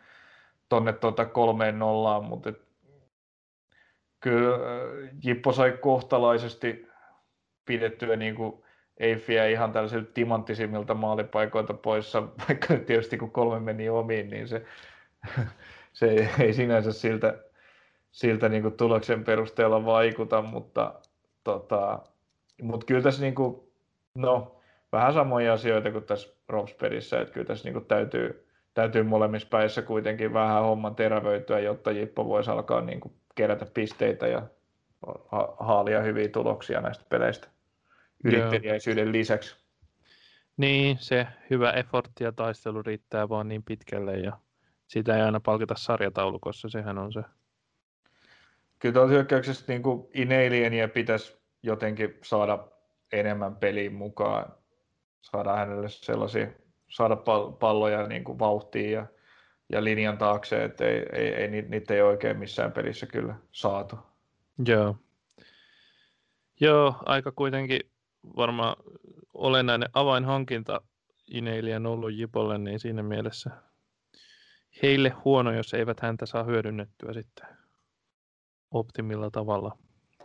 3-0, mutta kyllä Jippo sai kohtalaisesti pidettyä niin kuin Eiffiä ihan tällaisilta timanttisimmilta maalipaikoilta poissa, vaikka nyt tietysti kun 3 meni omiin, niin se ei sinänsä siltä niin kuin tuloksen perusteella vaikuta, mutta kyllä tässä niin kuin, vähän samoja asioita kuin tässä Ropspedissä, että kyllä tässä niin kuin täytyy molemmissa päissä kuitenkin vähän homman terävöityä, jotta Jippo voisi alkaa niin kuin kerätä pisteitä ja haalia hyviä tuloksia näistä peleistä yritteliäisyyden lisäksi. Niin, se hyvä effortti ja taistelu riittää vaan niin pitkälle ja sitä ei aina palkita sarjataulukossa, sehän on se. kyllä tuolta hyökkäyksestä niin kuin Inalienia pitäisi jotenkin saada enemmän peliin mukaan, saada hänelle sellaisia, saada palloja niin kuin vauhtiin ja linjan taakse, että niitä ei oikein missään pelissä kyllä saatu. Joo. Joo, aika kuitenkin varmaan olennainen avainhankinta Inalian ollut Jipolle, niin siinä mielessä heille huono, jos eivät häntä saa hyödynnettyä sitten optimilla tavalla.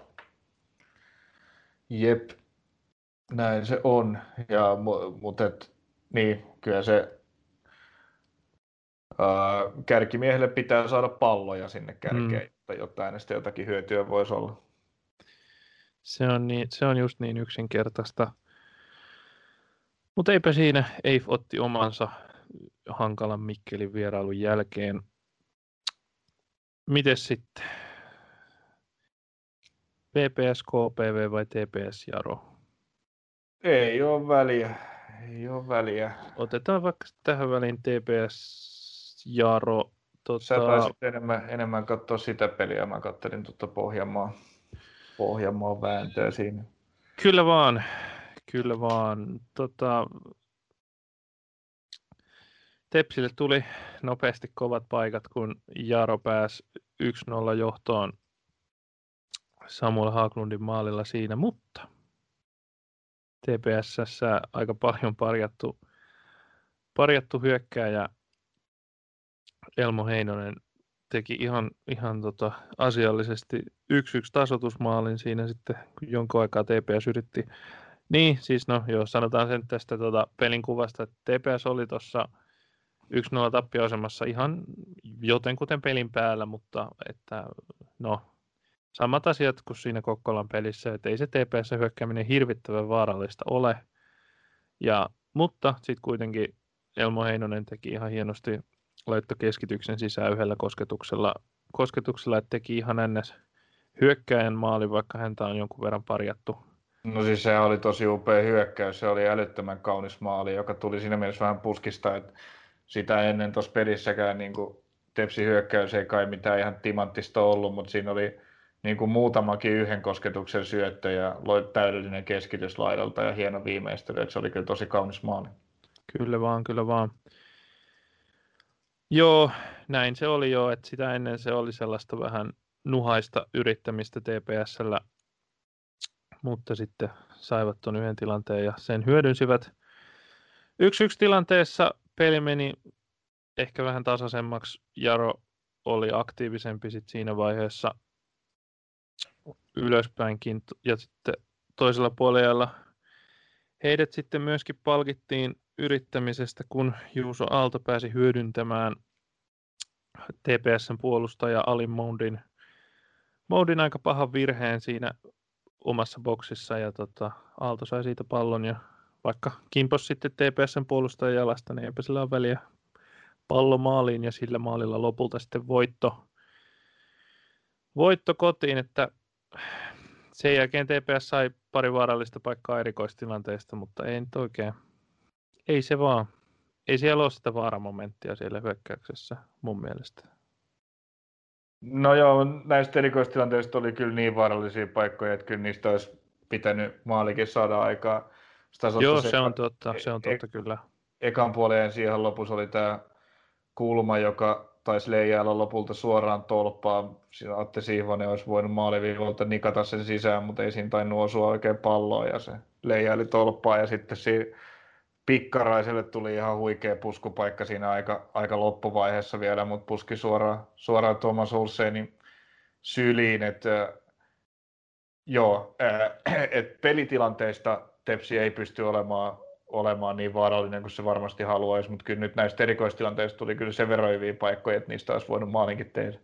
Jep, näin se on. Mutta niin, kyllä se kärkimiehelle pitää saada palloja sinne kärkeen, jotta äänestä jotakin hyötyä voisi olla. Se on just niin yksinkertaista. Mutta eipä siinä, Eif otti omansa hankalan Mikkelin vierailun jälkeen. Mites sitten? VPS KPV vai TPS Jaro? Ei ole väliä. Ei ole väliä. Otetaan vaikka tähän väliin TPS Jaro. Sä taisit enemmän katsoa sitä peliä. Mä katselin tuota Pohjanmaan vääntöä siinä. Kyllä vaan. Tepsille tuli nopeasti kovat paikat, kun Jaro pääsi 1-0 johtoon Samuel Haglundin maalilla siinä, mutta TPS:ssä aika paljon parjattu hyökkääjä Elmo Heinonen teki ihan asiallisesti 1-1 tasoitusmaalin siinä sitten, kun jonkun aikaa TPS yritti. Niin, siis no joo, sanotaan sen tästä pelin kuvasta, että TPS oli tuossa 1-0 tappioasemassa ihan jotenkuten pelin päällä, mutta että no, samat asiat kuin siinä Kokkolan pelissä, että ei se TPS-hyökkääminen hirvittävän vaarallista ole. Mutta sitten kuitenkin Elmo Heinonen teki ihan hienosti, laittoi keskityksen sisään yhdellä kosketuksella, että teki ihan ns. Hyökkääjän maali, vaikka häntä on jonkun verran parjattu. No siis se oli tosi upea hyökkäys, se oli älyttömän kaunis maali, joka tuli siinä mielessä vähän puskista, että sitä ennen tuossa pelissäkään niin kuin Tepsi hyökkäys ei kai mitään ihan timanttista ollut, mutta siinä oli niin kuin muutamakin yhden kosketuksen syöttö ja loi täydellinen keskitys laidalta ja hieno viimeistely, että se oli kyllä tosi kaunis maali. Kyllä vaan. Joo, näin se oli jo, että sitä ennen se oli sellaista vähän nuhaista yrittämistä TPS:llä, mutta sitten saivat tuon yhden tilanteen ja sen hyödynsivät. 1-1 tilanteessa peli meni ehkä vähän tasaisemmaksi. Jaro oli aktiivisempi sit siinä vaiheessa ylöspäinkin ja sitten toisella puolella heidät sitten myöskin palkittiin yrittämisestä, kun Juuso Aalto pääsi hyödyntämään TPS:n puolustaja Ali Moundin aika pahan virheen siinä omassa boksissa ja Aalto sai siitä pallon ja vaikka kimpos sitten TPS:n puolustajan jalasta, niin eipä sillä ole väliä, pallo maaliin ja sillä maalilla lopulta sitten voitto kotiin, että sen jälkeen TPS sai pari vaarallista paikkaa erikoistilanteista, mutta ei nyt oikein, ei se vaan, ei siellä ole sitä vaaramomenttia siellä hyökkäyksessä mun mielestä. No joo, näistä erikoistilanteista oli kyllä niin vaarallisia paikkoja, että kyllä niistä olisi pitänyt maalikin saada aikaa. Joo, se on totta kyllä. Ekan puoleen siihen lopussa oli tämä kulma, joka taisi leijailla lopulta suoraan tolppaan. Siinä Atte Sihvonen olisi voinut maaliviivalta nikata sen sisään, mutta ei siinä tainnut osua oikein palloa ja se leijaili tolppaan ja sitten siinä Pikkaraiselle tuli ihan huikea puskupaikka siinä aika loppuvaiheessa vielä, mutta puski suoraan Thomas Olsenin syliin. Et pelitilanteista Tepsi ei pysty olemaan niin vaarallinen kuin se varmasti haluaisi, mutta kyllä nyt näistä erikoistilanteista tuli kyllä sen verran hyviä paikkoja, että niistä olisi voinut maalinkin tehdä.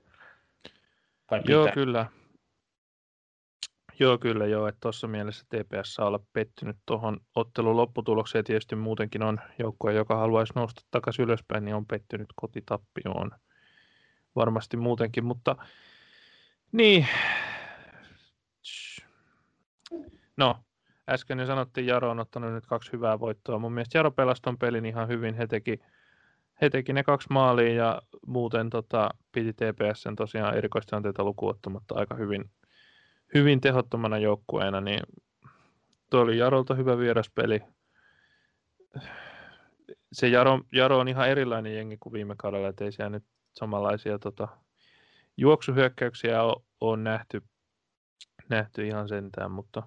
Joo, kyllä, että tuossa mielessä TPS saa olla pettynyt tuohon ottelun lopputulokseen. Tietysti muutenkin on joukkue, joka haluaisi nousta takaisin ylöspäin, niin on pettynyt kotitappioon varmasti muutenkin, mutta niin, no, äsken jo sanottiin, Jaro on ottanut nyt 2 hyvää voittoa. Mun mielestä Jaro pelasi ton pelin ihan hyvin. He he teki ne 2 maalia ja muuten piti TPS:n tosiaan erikoistilanteita lukuun ottamatta aika hyvin tehottomana joukkueena, niin tuo oli Jarolta hyvä vieraspeli. Se Jaro on ihan erilainen jengi kuin viime kaudella, ettei siellä nyt samanlaisia juoksuhyökkäyksiä ole nähty ihan sentään, mutta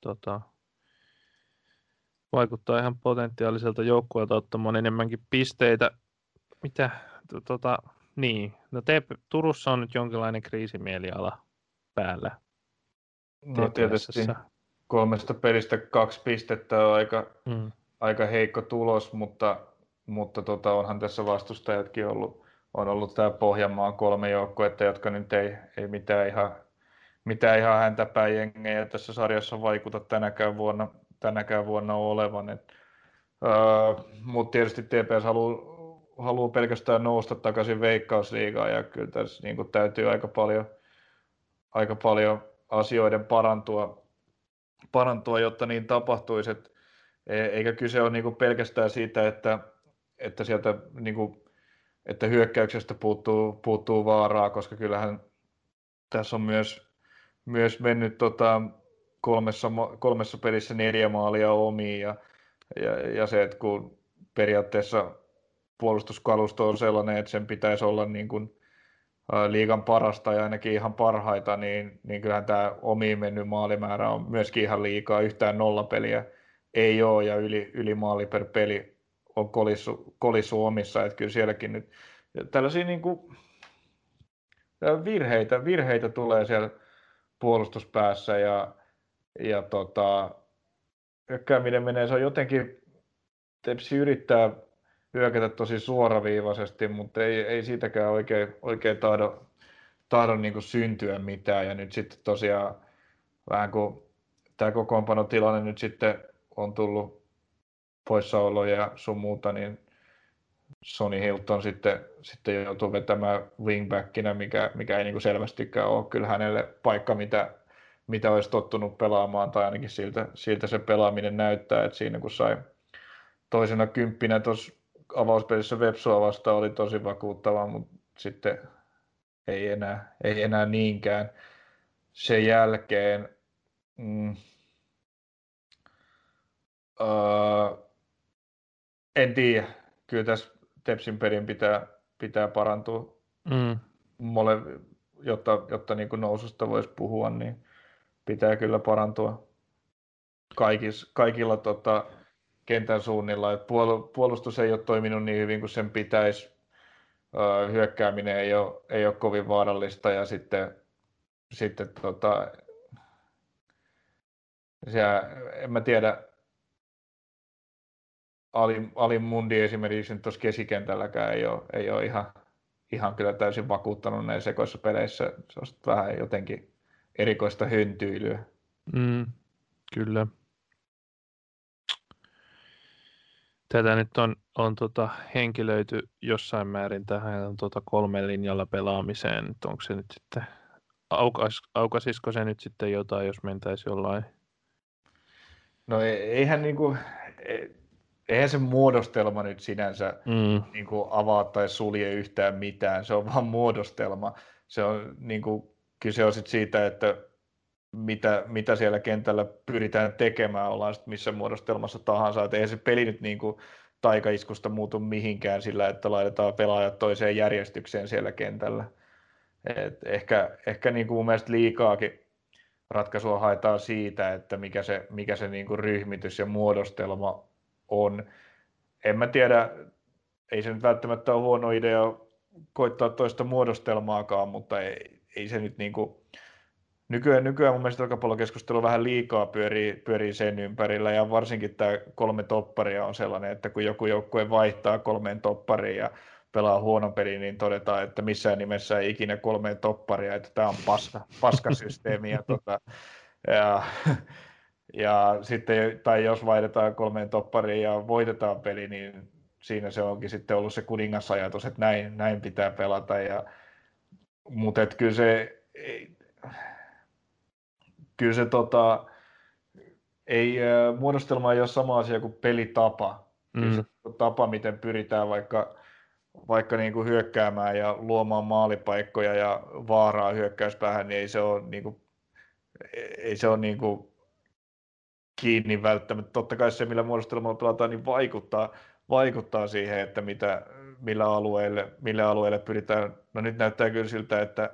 vaikuttaa ihan potentiaaliselta joukkueelta ottamaan enemmänkin pisteitä. Mitä? Niin. No Turussa on nyt jonkinlainen kriisimieliala päällä. No tietysti 3 pelistä 2 pistettä on aika heikko tulos, mutta onhan tässä vastustajatkin on ollut tämä Pohjanmaan 3 joukkuetta, jotka nyt ei mitään ihan häntäpää jengejä tässä sarjassa vaikuta tänäkään vuonna olevan. Mutta tietysti TPS haluaa pelkästään nousta takaisin Veikkausliigaan ja kyllä tässä niin kuin täytyy aika paljon asioiden parantua, jotta niin tapahtuisi. Eikä kyse ole niin kuin pelkästään siitä, että sieltä niin kuin, että hyökkäyksestä puuttuu vaaraa, koska kyllähän tässä on myös mennyt 3 pelissä 4 maalia omiin ja se, että kun periaatteessa puolustuskalusto on sellainen, että sen pitäisi olla niin kuin liigan parasta ja ainakin ihan parhaita, niin kyllähän tämä omiin mennyt maalimäärä on myöskin ihan liikaa. Yhtään nollapeliä ei ole ja yli maali per peli on kolissu omissa. Että kyllä sielläkin nyt tällaisia niin kuin virheitä tulee siellä puolustuspäässä ja hyökkääminen menee, se on jotenkin, Tepsi yrittää hyökätä tosi suoraviivaisesti, mutta ei siitäkään oikein tahdo niin kuin syntyä mitään. Ja nyt sitten tosiaan vähän kun tämä kokoonpanotilanne nyt sitten on tullut poissaoloja ja sun muuta, niin Sonny Hilton sitten joutuu vetämään wingbackinä, mikä ei niin kuin selvästikään ole kyllä hänelle paikka, mitä olisi tottunut pelaamaan, tai ainakin siltä se pelaaminen näyttää, että siinä kun sai toisena 10 tuossa avauspelissä Vepsua vastaan oli tosi vakuuttava, mutta sitten ei enää niinkään. Sen jälkeen en tiedä, kyllä tässä Tepsin pelin pitää parantua, jotta niin kuin noususta voisi puhua, niin pitää kyllä parantua kaikilla kentän suunnilla. Et puolustus ei ole toiminut niin hyvin kuin sen pitäisi. Hyökkääminen ei ole kovin vaarallista ja sitten en mä tiedä, Ali Mundi esimerkiksi nyt tuossa keskikentälläkään ei ole ihan kyllä täysin vakuuttanut näissä sekoissa peleissä. Se on vähän jotenkin erikoista höntyilyä. Kyllä. Tätä nyt on henkilöity jossain määrin tähän 3 linjalla pelaamiseen. Onko se nyt sitten, aukaisisiko se nyt sitten jotain, jos mentäisi jollain? No eihän se muodostelma nyt sinänsä niin kuin avaa tai sulje yhtään mitään. Se on vaan muodostelma. Se on niin kuin, kyse on sit siitä, että mitä siellä kentällä pyritään tekemään, ollaan sitten missä muodostelmassa tahansa. Et eihän se peli nyt niin kuin taikaiskusta muutu mihinkään sillä, että laitetaan pelaajat toiseen järjestykseen siellä kentällä. Et ehkä niin kuin mun mielestä liikaakin ratkaisua haetaan siitä, että mikä se niin kuin ryhmitys ja muodostelma on. En mä tiedä, ei se nyt välttämättä ole huono idea koittaa toista muodostelmaakaan, mutta ei se nyt niin kuin Nykyään mun mielestä jalkapallokeskustelu vähän liikaa pyörii sen ympärillä ja varsinkin tämä 3 topparia on sellainen, että kun joku joukkue vaihtaa 3 toppariin ja pelaa huonon pelin, niin todetaan, että missään nimessä ei ikinä 3 topparia, että tämä on paskasysteemi ja sitten, tai jos vaihdetaan 3 toppariin ja voitetaan peli, niin siinä se onkin sitten ollut se kuningasajatus, että näin pitää pelata mutta kyllä se ei muodostelma ei ole sama asia kuin pelitapa. Kyllä se tapa, miten pyritään vaikka vaikka niin kuin hyökkäämään ja luomaan maalipaikkoja ja vaaraa hyökkäyspäähän, niin ei se ole niin kuin kiinni välttämättä. Totta kai se, millä muodostelmalla pelataan, niin vaikuttaa siihen, että mille alueelle pyritään. No nyt näyttää kyllä siltä, että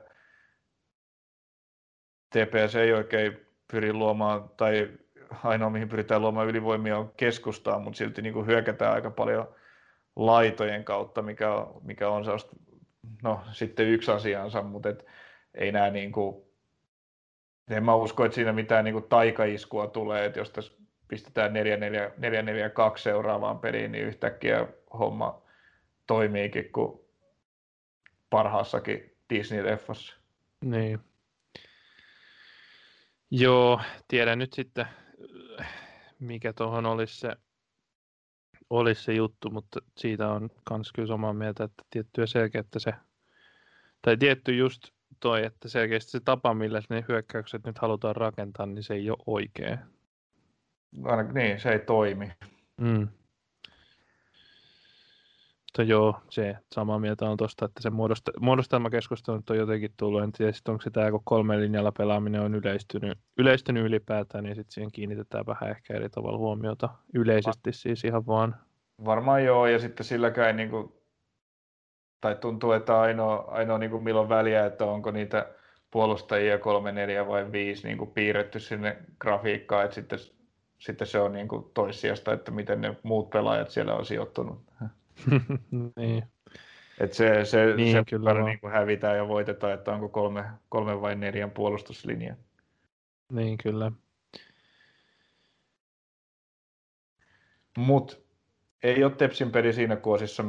TPS ei oikein pyri luomaan, tai ainoa mihin pyritään luomaan ylivoimia on keskustaa, mutta silti niin kuin hyökätään aika paljon laitojen kautta, mikä on sellaista, no sitten yksi asiansa, mutta ei nämä niin kuin, en mä usko, että siinä mitään niin kuin taikaiskua tulee, että jos tässä pistetään 4-4-2 seuraavaan peliin, niin yhtäkkiä homma toimiikin kuin parhaassakin Disney-leffassa. Niin. Joo, tiedän nyt sitten, mikä tuohon olisi se juttu, mutta siitä on kans kyllä samaa mieltä, että tiettyä selkeätä se, tai tietty just toi, että selkeästi se tapa, millä ne hyökkäykset nyt halutaan rakentaa, niin se ei ole oikea. Niin, se ei toimi. Mutta joo, se samaa mieltä on tosta, että se muodostelmakeskustelu on jotenkin tullut. En tiedä, onko se tämä, kun 3 linjalla pelaaminen on yleistynyt ylipäätään, niin sitten siihen kiinnitetään vähän ehkä eri tavalla huomiota. Yleisesti siis ihan vaan. Varmaan joo, ja sitten silläkään niin kuin, tai tuntuu, että ainoa niin kuin milloin väliä, että onko niitä puolustajia 3, 4 vai 5 niin kuin piirretty sinne grafiikkaan, että sitten se on niin kuin toissijasta, että miten ne muut pelaajat siellä on sijoittunut. Niin. Että se kyllä niin kuin hävitään ja voitetaan, että onko 3 vai 4 puolustuslinja. Niin, kyllä. Mutta ei ole Tepsin peli siinä kuosissa,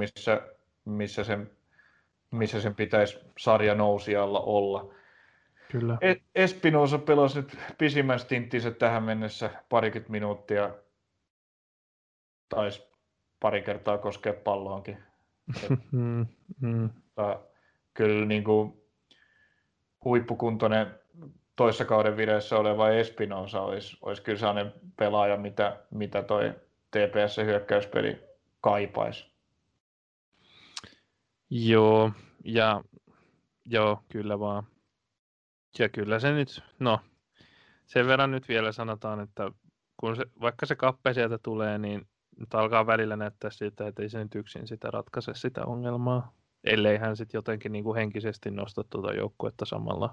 missä sen pitäisi sarjanousijalla olla. Kyllä. Espinosa pelasi nyt pisimmän stinttinsä tähän mennessä 20 minuuttia. Taisi pari kertaa koskea palloonkin. Kyllä niin kuin huippukuntoinen toissa kauden vireessä oleva Espinosa olisi kyllä sellainen pelaaja, mitä toi TPS-hyökkäyspeli kaipaisi. Joo, kyllä vaan. Ja kyllä se nyt, no sen verran nyt vielä sanotaan, että vaikka se kappe sieltä tulee, niin nyt alkaa välillä näyttää siltä, että ei se nyt yksin sitä ratkaise sitä ongelmaa. Ellei hän sitten jotenkin niin kuin henkisesti nosta tuota joukkuetta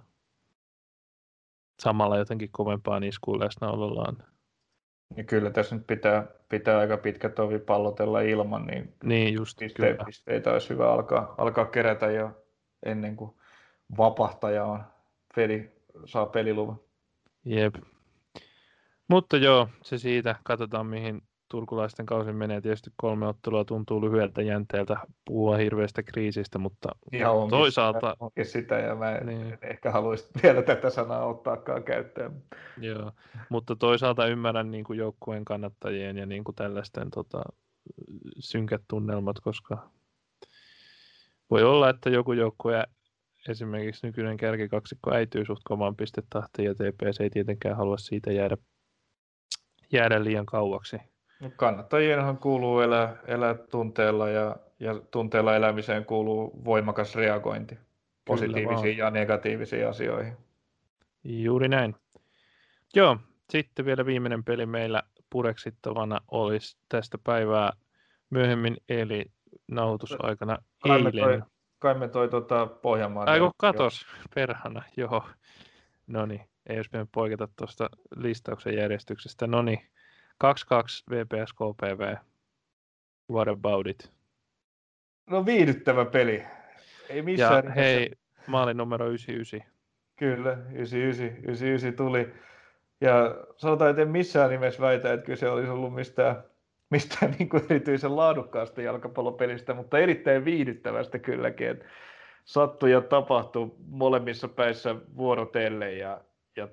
samalla jotenkin kovempaan iskuun läsnäolollaan. Ja kyllä tässä nyt pitää aika pitkä tovi pallotella ilman, niin just, pisteitä olisi hyvä alkaa kerätä jo ennen kuin vapahtaja saa peliluvan. Jep. Mutta joo, se siitä. Katsotaan mihin turkulaisten kausi menee. Tietysti 3 ottelua tuntuu lyhyeltä jänteeltä puhua hirveästä kriisistä, mutta ja toisaalta... Onkin sitä, ja mä en ehkä haluaisi vielä tätä sanaa ottaakaan käyttöön. Joo, mutta toisaalta ymmärrän niin kuin joukkueen kannattajien ja niin kuin tällaisten synkät tunnelmat, koska voi olla, että joku joukkue, esimerkiksi nykyinen kärkikaksikko, äityy suht kovaan pistetahtiin ja TPS ei tietenkään halua siitä jäädä liian kauaksi. Kannattajienhan kuuluu elää tunteella ja tunteella elämiseen kuuluu voimakas reagointi positiivisiin ja negatiivisiin asioihin. Juuri näin. Joo, sitten vielä viimeinen peli meillä pureksittavana olisi tästä päivää myöhemmin, eli nauhoitusaikana eilen. Kai me toi Pohjanmaan. Aiku, katos, perhana, joo. Noniin, ei olisi pitänyt poiketa tuosta listauksen järjestyksestä. Noniin, 2-2 VPS KPV. What about it? No viihdyttävä peli. Ei missään ja hei, maali numero 99. Kyllä, 99 tuli. Ja sanotaan, että en missään nimessä väitä, että kyse olisi ollut mistään niin kuin erityisen laadukkaasta jalkapallopelistä, mutta erittäin viihdyttävästä kylläkin. Että sattui ja tapahtui molemmissa päissä vuorotellen ja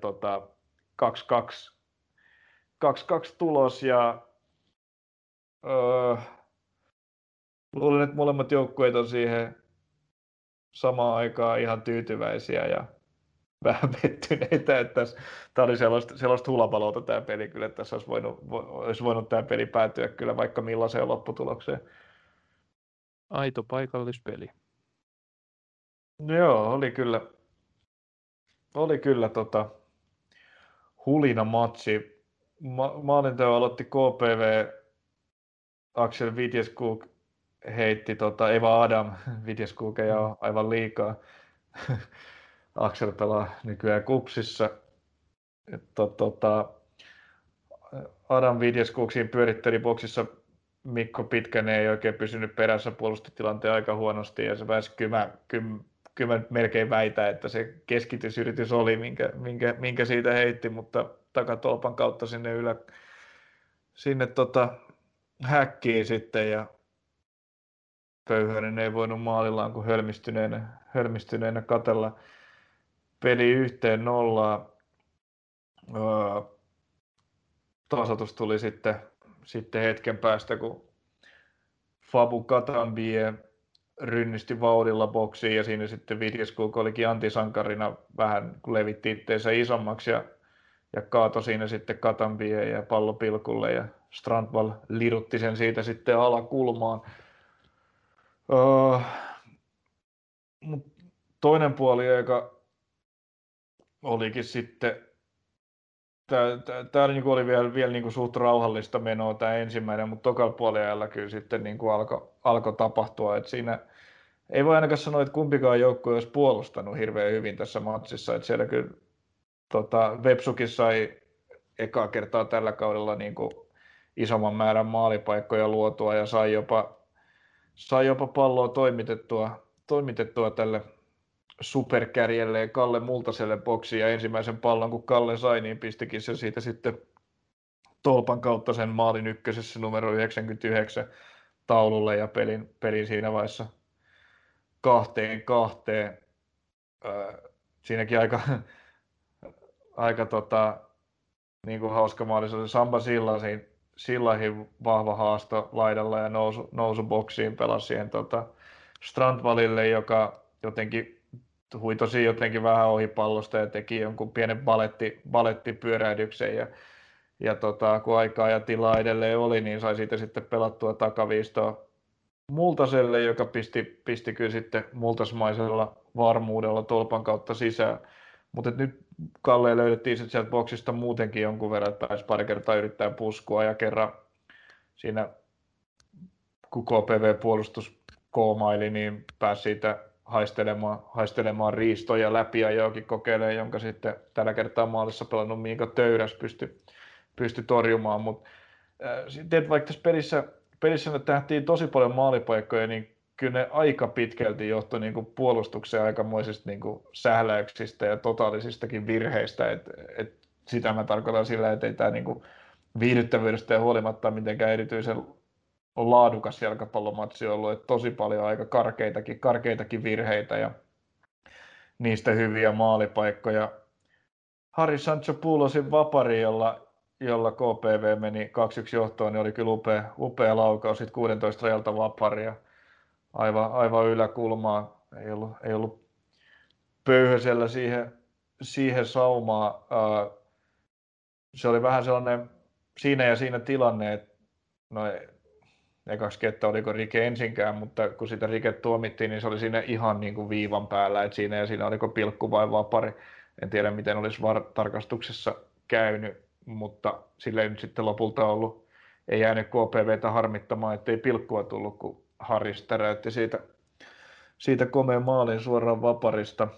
2-2 tulos ja luulen, että molemmat joukkueet on siihen samaan aikaan ihan tyytyväisiä ja vähän pettyneitä, että tämä oli sellaista hulapalota tämä peli kyllä, että tässä olisi voinut tämä peli päätyä kyllä vaikka millaiseen lopputulokseen. Aito paikallispeli. Joo, oli kyllä hulina matsi. Maalinteko aloitti KPV, Axel Viteskuk heitti Eva Adam, Viteskuk ei ole aivan liikaa. Axel pelaa nykyään Kupsissa. Adam Viteskuksin pyöritteli boksissa. Mikko Pitkänen ei oikein pysynyt perässä, puolusti tilanteen aika huonosti ja se pääsi kyllä melkein väitä, että se keskitysyritys oli, minkä siitä heitti, mutta takatolpan kautta sinne häkkiin sitten ja Pöyhönen ei voinut maalillaan kuin hölmistyneenä katella peli 1-0. Tasoitus tuli sitten hetken päästä, kun Fabu Katambie rynnisti vauhdilla boksiin ja siinä sitten Vitjeskuk olikin antisankarina vähän, kun levitti itteensä isommaksi ja kaatoi siinä sitten Katambie ja pallo pilkulle ja Strandvall lirutti sen siitä sitten alakulmaan. Toinen puoli, joka olikin sitten, tämä niin oli vielä niin kuin suht rauhallista menoa tämä ensimmäinen, mutta tokalla puoliajalla kyllä sitten niin kuin alkoi tapahtua, että siinä ei voi ainakaan sanoa, että kumpikaan joukkue olisi puolustanut hirveän hyvin tässä matsissa, että siellä kyllä Vepsukin sai ekaa kertaa tällä kaudella niin kuin isomman määrän maalipaikkoja luotua ja sai jopa palloa toimitettua tälle superkärjelle Kalle Multaselle boksiin ja ensimmäisen pallon kun Kalle sai, niin pistikin se siitä sitten tolpan kautta sen maalin ykkösessä numero 99 taululle ja pelin siinä vaiheessa 2-2. Siinäkin aika niin kuin hauska maali, se oli Samba Sillahin vahva haasto laidalla ja nousu boksiin, pelasi siihen Strandvallille, joka jotenkin hui tosi jotenkin vähän ohi pallosta ja teki jonkun pienen balettipyörähdyksen ja kun aikaa ja tilaa edelleen oli, niin sai siitä sitten pelattua takaviistoa Multaselle, joka pisti kyllä sitten multasmaisella varmuudella tolpan kautta sisään. Mutta nyt Kalle löydettiin sitten sieltä boksista muutenkin jonkun verran, että pääsi pari kertaa yrittää puskua ja kerran siinä kun KPV-puolustus koomaili, niin pääsi siitä haistelemaan riistoja läpi ja jokin kokeilemaan, jonka sitten tällä kertaa maalissa pelannut Miika Töyräs pystyi torjumaan. Mutta sitten vaikka tässä pelissä tähtiin tosi paljon maalipaikkoja, niin kyllä ne aika pitkälti johtui niin kuin puolustuksen aikamoisista niin kuin sähläyksistä ja totaalisistakin virheistä. Sitä mä tarkoitan sillä, että ei tämä niin kuin viihdyttävyydestä ja huolimatta mitenkään erityisen laadukas jalkapallomatsi ollut, että tosi paljon aika karkeitakin virheitä ja niistä hyviä maalipaikkoja. Harri Sancho-Puulosin vapari, jolla KPV meni 2-1 johtoon, niin oli kyllä upea laukaus, sitten 16 rajalta vapari ja aivan yläkulmaa. Ei ollut Pöyhösellä siihen saumaa. Se oli vähän sellainen siinä tilanne, että no ekaksi että oliko rike ensinkään, mutta kun sitä rikettä tuomittiin, niin se oli siinä ihan niin kuin viivan päällä, että siinä oliko pilkku vai vapari. En tiedä, miten olisi VAR-tarkastuksessa käynyt, mutta sillä ei nyt sitten lopulta ollut, ei jäänyt KPVtä harmittamaan, ettei pilkkua tullut, kun Harris täräytti siitä komeen maalin suoraan vaparista.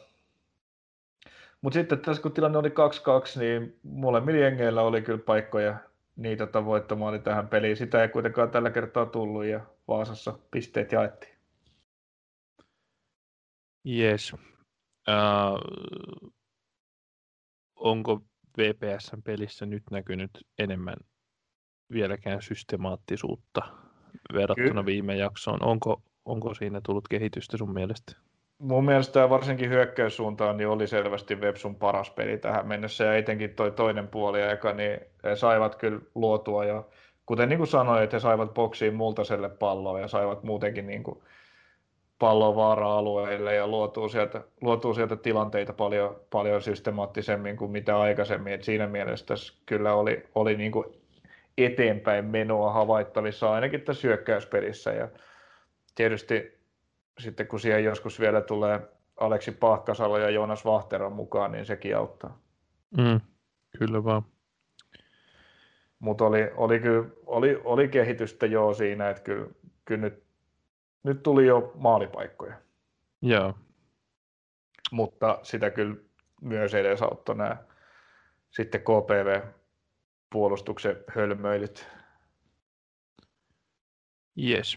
Mutta sitten tässä kun tilanne oli 2-2, niin molemmilla jengeillä oli kyllä paikkoja niitä voittamaan tähän peliin. Sitä ei kuitenkaan tällä kertaa tullut ja Vaasassa pisteet jaettiin. Yes. Onko VPS:n pelissä nyt näkynyt enemmän vieläkään systemaattisuutta verrattuna viime jaksoon? Onko siinä tullut kehitystä sun mielestä? Mun mielestä varsinkin hyökkäyssuuntaan niin oli selvästi Vepsun paras peli tähän mennessä ja etenkin toi toinen puoli aika, niin he saivat kyllä luotua ja kuten niin kuin sanoin, että he saivat boksiin Multaselle palloa ja saivat muutenkin niin kuin pallon vaara-alueille ja luotuu sieltä tilanteita paljon systemaattisemmin kuin mitä aikaisemmin. Et siinä mielessä tässä kyllä oli niin kuin eteenpäin menoa havaittavissa ainakin tässä hyökkäyspelissä. Ja tietysti sitten kun siihen joskus vielä tulee Aleksi Pahkasalo ja Joonas Vahtera mukaan, niin sekin auttaa. Kyllä vaan. Mutta oli kehitystä jo siinä, että kyllä nyt tuli jo maalipaikkoja. Joo. Mutta sitä kyllä myös edesauttoi nämä sitten KPV-puolustuksen hölmöilyt. Yes.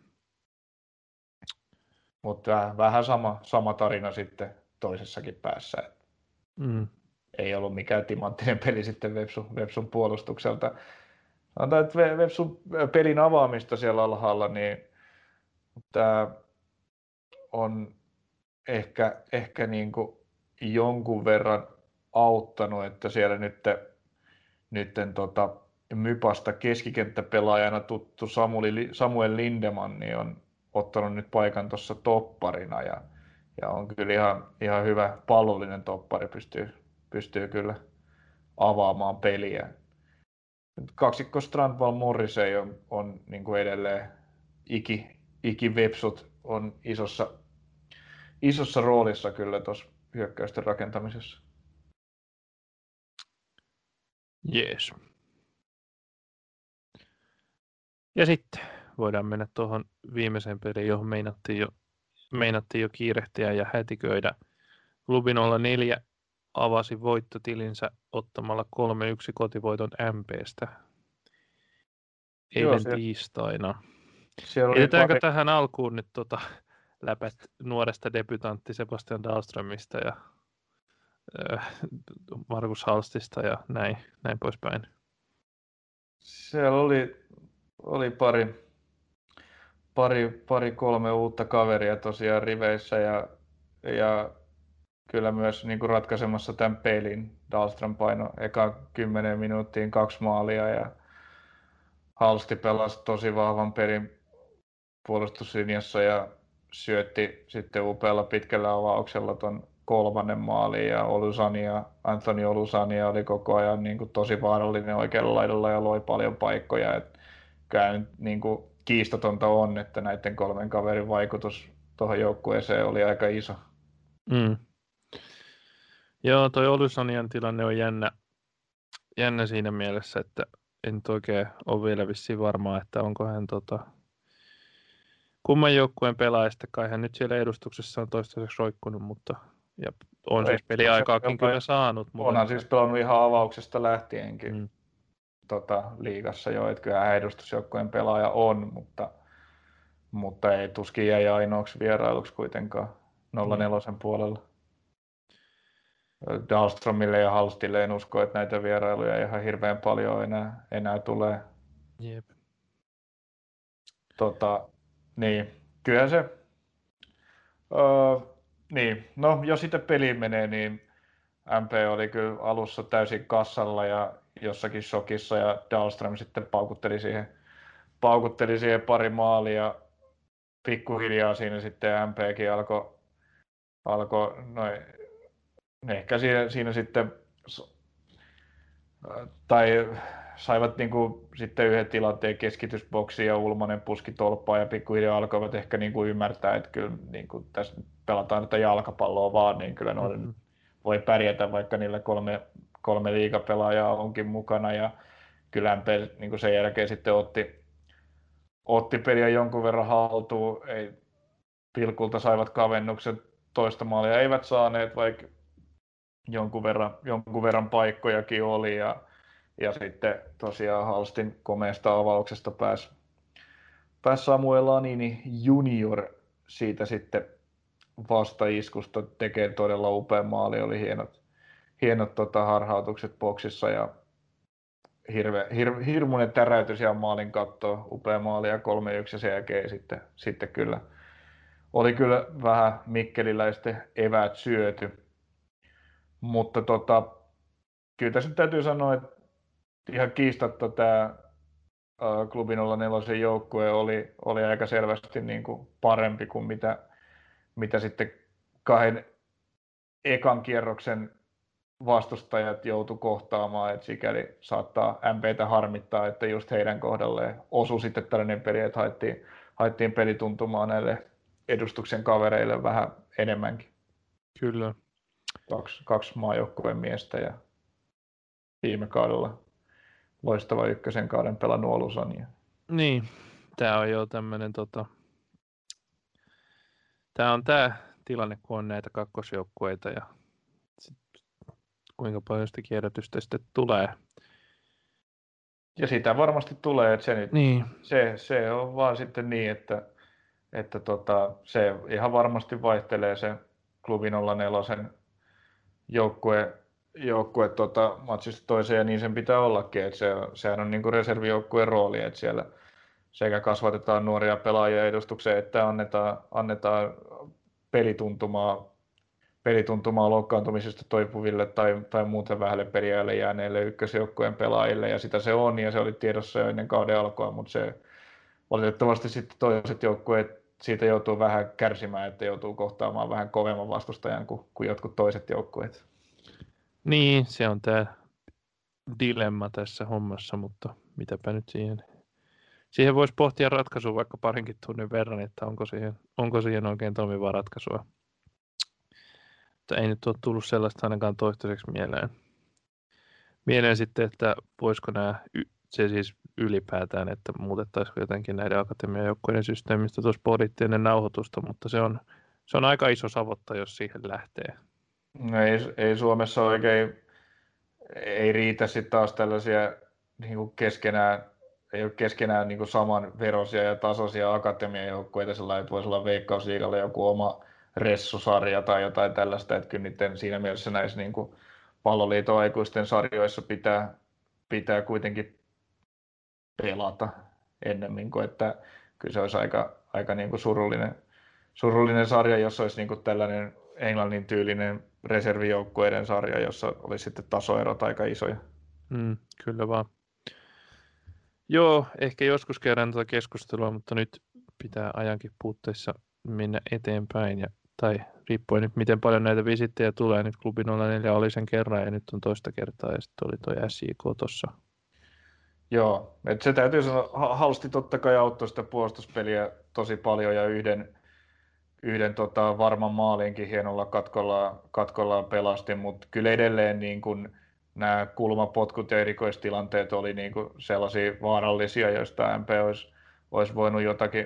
Mutta vähän sama tarina sitten toisessakin päässä. Ei ollut mikään timanttinen peli sitten Vepsun puolustukselta. Sanotaan, että Vepsun pelin avaamista siellä alhaalla, niin tämä on ehkä niin kuin jonkun verran auttanut, että siellä nytten Mypasta keskikenttäpelaajana tuttu Samuel Lindeman niin on ottanut nyt paikan tuossa topparina ja on kyllä ihan hyvä pallollinen toppari, pystyy kyllä avaamaan peliä. Kaksikko Strandvall Morrissey on niin kuin edelleen Vepsut on isossa roolissa kyllä tuossa hyökkäysten rakentamisessa. Jees. Ja sitten voidaan mennä tuohon viimeiseen peliin, johon meinattiin jo kiirehtiä ja hätiköidä. Klubi 04 avasi voittotilinsä ottamalla 3-1 kotivoiton MP:stä eilen tiistaina. Edetäänkö tähän alkuun nyt läpät nuoresta debutantti Sebastian Dahlströmistä ja Markus Halstista ja näin poispäin? Siellä oli pari kolme uutta kaveria tosiaan riveissä ja kyllä myös niin kuin ratkaisemassa tämän pelin. Dahlström painoi eka 10 minuuttiin 2 maalia ja Halsti pelasi tosi vahvan pelin puolustuslinjassa ja syötti sitten upealla pitkällä avauksella ton 3. maaliin ja Anthony Olusania oli koko ajan niin kuin tosi vaarallinen oikealla laidalla ja loi paljon paikkoja. Kyllä nyt niin kuin kiistatonta on, että näiden 3 kaverin vaikutus tuohon joukkueeseen oli aika iso. Joo, toi Olusanian tilanne on jännä siinä mielessä, että en nyt oikein ole vielä vissiin varmaa, että onko hän kumman joukkueen pelaajista, kai hän nyt siellä edustuksessa on toistaiseksi roikkunut, mutta ja on siis peliaikaakin kyllä saanut. Onhan siis pelannut ihan avauksesta lähtienkin liigassa jo, että kyllä hän edustusjoukkueen pelaaja on, mutta ei tuskin jäi ainoaksi vierailuksi kuitenkaan 04 puolella. Dahlströmille ja Halstille en usko, että näitä vierailuja ihan hirveän paljon enää tulee. Jep. Niin, kyllähän se niin, no jos sitten peliin menee, niin MP oli kyllä alussa täysin kassalla ja jossakin shokissa ja Dahlström sitten paukutteli siihen pari maalia. Pikkuhiljaa siinä sitten MPkin alkoi ehkä siinä sitten tai saivat niinku sitten yhden tilanteen keskitysboksiin ja Ulmanen puski tolppaa ja pikkuhiljaa alkoivat ehkä niinku ymmärtää, että kyllä niinku tässä pelataan tätä jalkapalloa vaan, niin kyllä noiden voi pärjätä, vaikka niillä kolme liigapelaajaa onkin mukana ja kyllä MP niinku sen jälkeen sitten otti peliä jonkun verran haltuun, ei pilkulta saivat kavennuksen, toista maalia eivät saaneet, vaikka jonkun verran paikkojakin oli ja sitten tosiaan Halstin komeasta avauksesta pääsi Samuel Lanini junior siitä sitten vastaiskusta tekee todella upea maali, oli hienot harhautukset boksissa ja hirmuinen täräytys ja maalin kattoon, upea maali ja 3-1 ja sen jälkeen sitten kyllä oli kyllä vähän mikkeliläisten eväät syöty. Mutta kyllä tässä nyt täytyy sanoa, että ihan kiistatta tämä Klubi 04 joukkue oli aika selvästi niin kuin parempi kuin mitä sitten 2 ekan kierroksen vastustajat joutu kohtaamaan, että sikäli saattaa MP:tä harmittaa, että just heidän kohdalleen osui sitten tällainen peli, että haettiin pelituntumaa näille edustuksen kavereille vähän enemmänkin. Kyllä. Kaksi maajoukkueen miestä ja viime kaudella loistava ykkösen kauden pelannut Olusan. Niin, tämä on jo tämmöinen tämä on tämä tilanne, kun on näitä kakkosjoukkueita ja kuinka paljon sitä kierrätystä sitten tulee. Ja sitä varmasti tulee, että Niin. se on vaan sitten niin, että se ihan varmasti vaihtelee se klubi 04 joukkue matsista toiseen, ja niin sen pitää ollakin, että sehän on niin kuin reservijoukkueen rooli, että siellä sekä kasvatetaan nuoria pelaajia edustukseen, että annetaan pelituntumaa loukkaantumisesta toipuville tai muuten vähälle peliajalle jääneille ykkösjoukkueen pelaajille, ja sitä se on, ja se oli tiedossa jo ennen kauden alkua, mutta se valitettavasti sitten toiset joukkueet siitä joutuu vähän kärsimään, että joutuu kohtaamaan vähän kovemman vastustajan kuin jotkut toiset joukkueet. Niin, se on tämä dilemma tässä hommassa, mutta mitäpä nyt siihen voisi pohtia ratkaisua vaikka parinkin tunnin verran, että onko siihen oikein toimivaa ratkaisua. Mutta ei nyt ole tullut sellaista ainakaan toistaiseksi mieleen sitten, että voisiko se siis ylipäätään, että muutettaisiko jotenkin näiden akatemiajoukkojen systeemistä. Tuossa pohdittiin ennen nauhoitusta, mutta se on aika iso savotta, jos siihen lähtee. No ei Suomessa oikein, ei riitä sitten taas tällaisia niin kuin ei ole keskenään niin kuin samanveroisia ja tasoisia akatemiajoukkueita, sellainen, että voisi olla Veikkausliigalla joku oma ressusarja tai jotain tällaista, että kyllä niiden siinä mielessä näissä niin kuin Palloliiton aikuisten sarjoissa pitää kuitenkin pelata ennemmin kuin, että kyllä se olisi aika niin kuin surullinen sarja, jos olisi niin kuin tällainen Englannin tyylinen reservijoukkueiden sarja, jossa olisi sitten tasoerot aika isoja. Kyllä vaan. Joo, ehkä joskus käydään tuota keskustelua, mutta nyt pitää ajankin puutteissa mennä eteenpäin. Tai riippuen nyt, miten paljon näitä visittejä tulee. Nyt klubi 04 oli sen kerran ja nyt on toista kertaa ja sitten oli toi SJK tuossa. Joo, että se täytyy sanoa, Halsti totta kai auttoi sitä puolustuspeliä tosi paljon ja yhden varman maalinkin hienolla katkollaan pelasti, mutta kyllä edelleen niin kun nämä kulmapotkut ja erikoistilanteet oli niin kun sellaisia vaarallisia, joista MP olisi voinut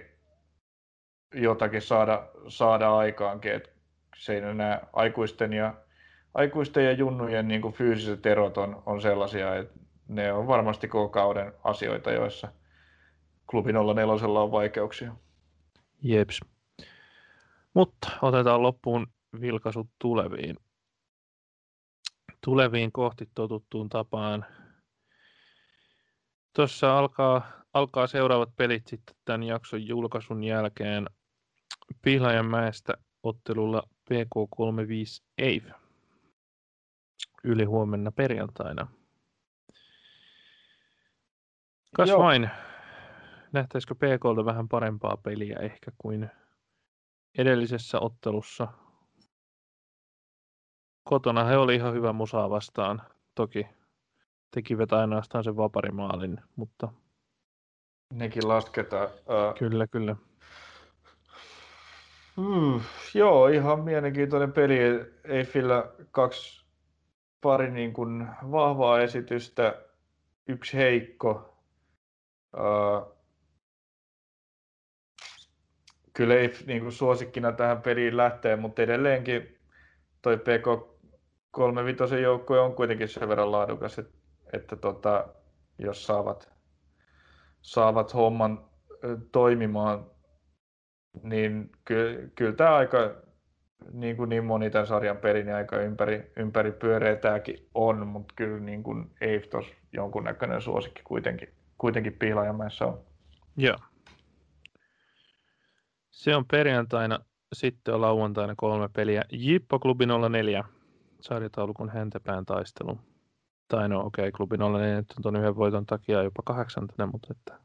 jotakin saada aikaankin. Et siinä nämä aikuisten ja junnujen niin kun fyysiset erot on sellaisia, että ne on varmasti koko kauden asioita, joissa klubi 04 on vaikeuksia. Jeps. Mutta otetaan loppuun vilkaisut tuleviin kohti totuttuun tapaan. Tuossa alkaa seuraavat pelit sitten tämän jakson julkaisun jälkeen Pihlajanmäestä ottelulla PK35 EIF yli huomenna perjantaina. Kas vain, nähtäisikö PK:lta vähän parempaa peliä ehkä kuin edellisessä ottelussa. Kotona he oli ihan hyvä musaa vastaan. Toki tekivät ainoastaan sen vaparimaalin, mutta nekin lasketaan. Kyllä. Joo, ihan mielenkiintoinen peli. Eiffillä pari niin kuin vahvaa esitystä, yksi heikko. Kyllä Eiff niin kuin suosikkina tähän peliin lähtee, mutta edelleenkin toi PK35 joukkue on kuitenkin sen verran laadukas, että jos saavat homman toimimaan, niin kyllä tämä aika niin moni tämän sarjan peli, niin aika ympäri pyöreä tämäkin on, mutta kyllä niin kuin Eiff tuossa jonkunnäköinen suosikki kuitenkin Pihlajanmäessä on. Joo. Se on perjantaina, sitten on lauantaina 3 peliä. Jippo Klubi 04, sarjataulukon häntäpään taistelu. Tai no okei, Klubi 04 nyt on tuon yhden voiton takia jopa 8, mutta että...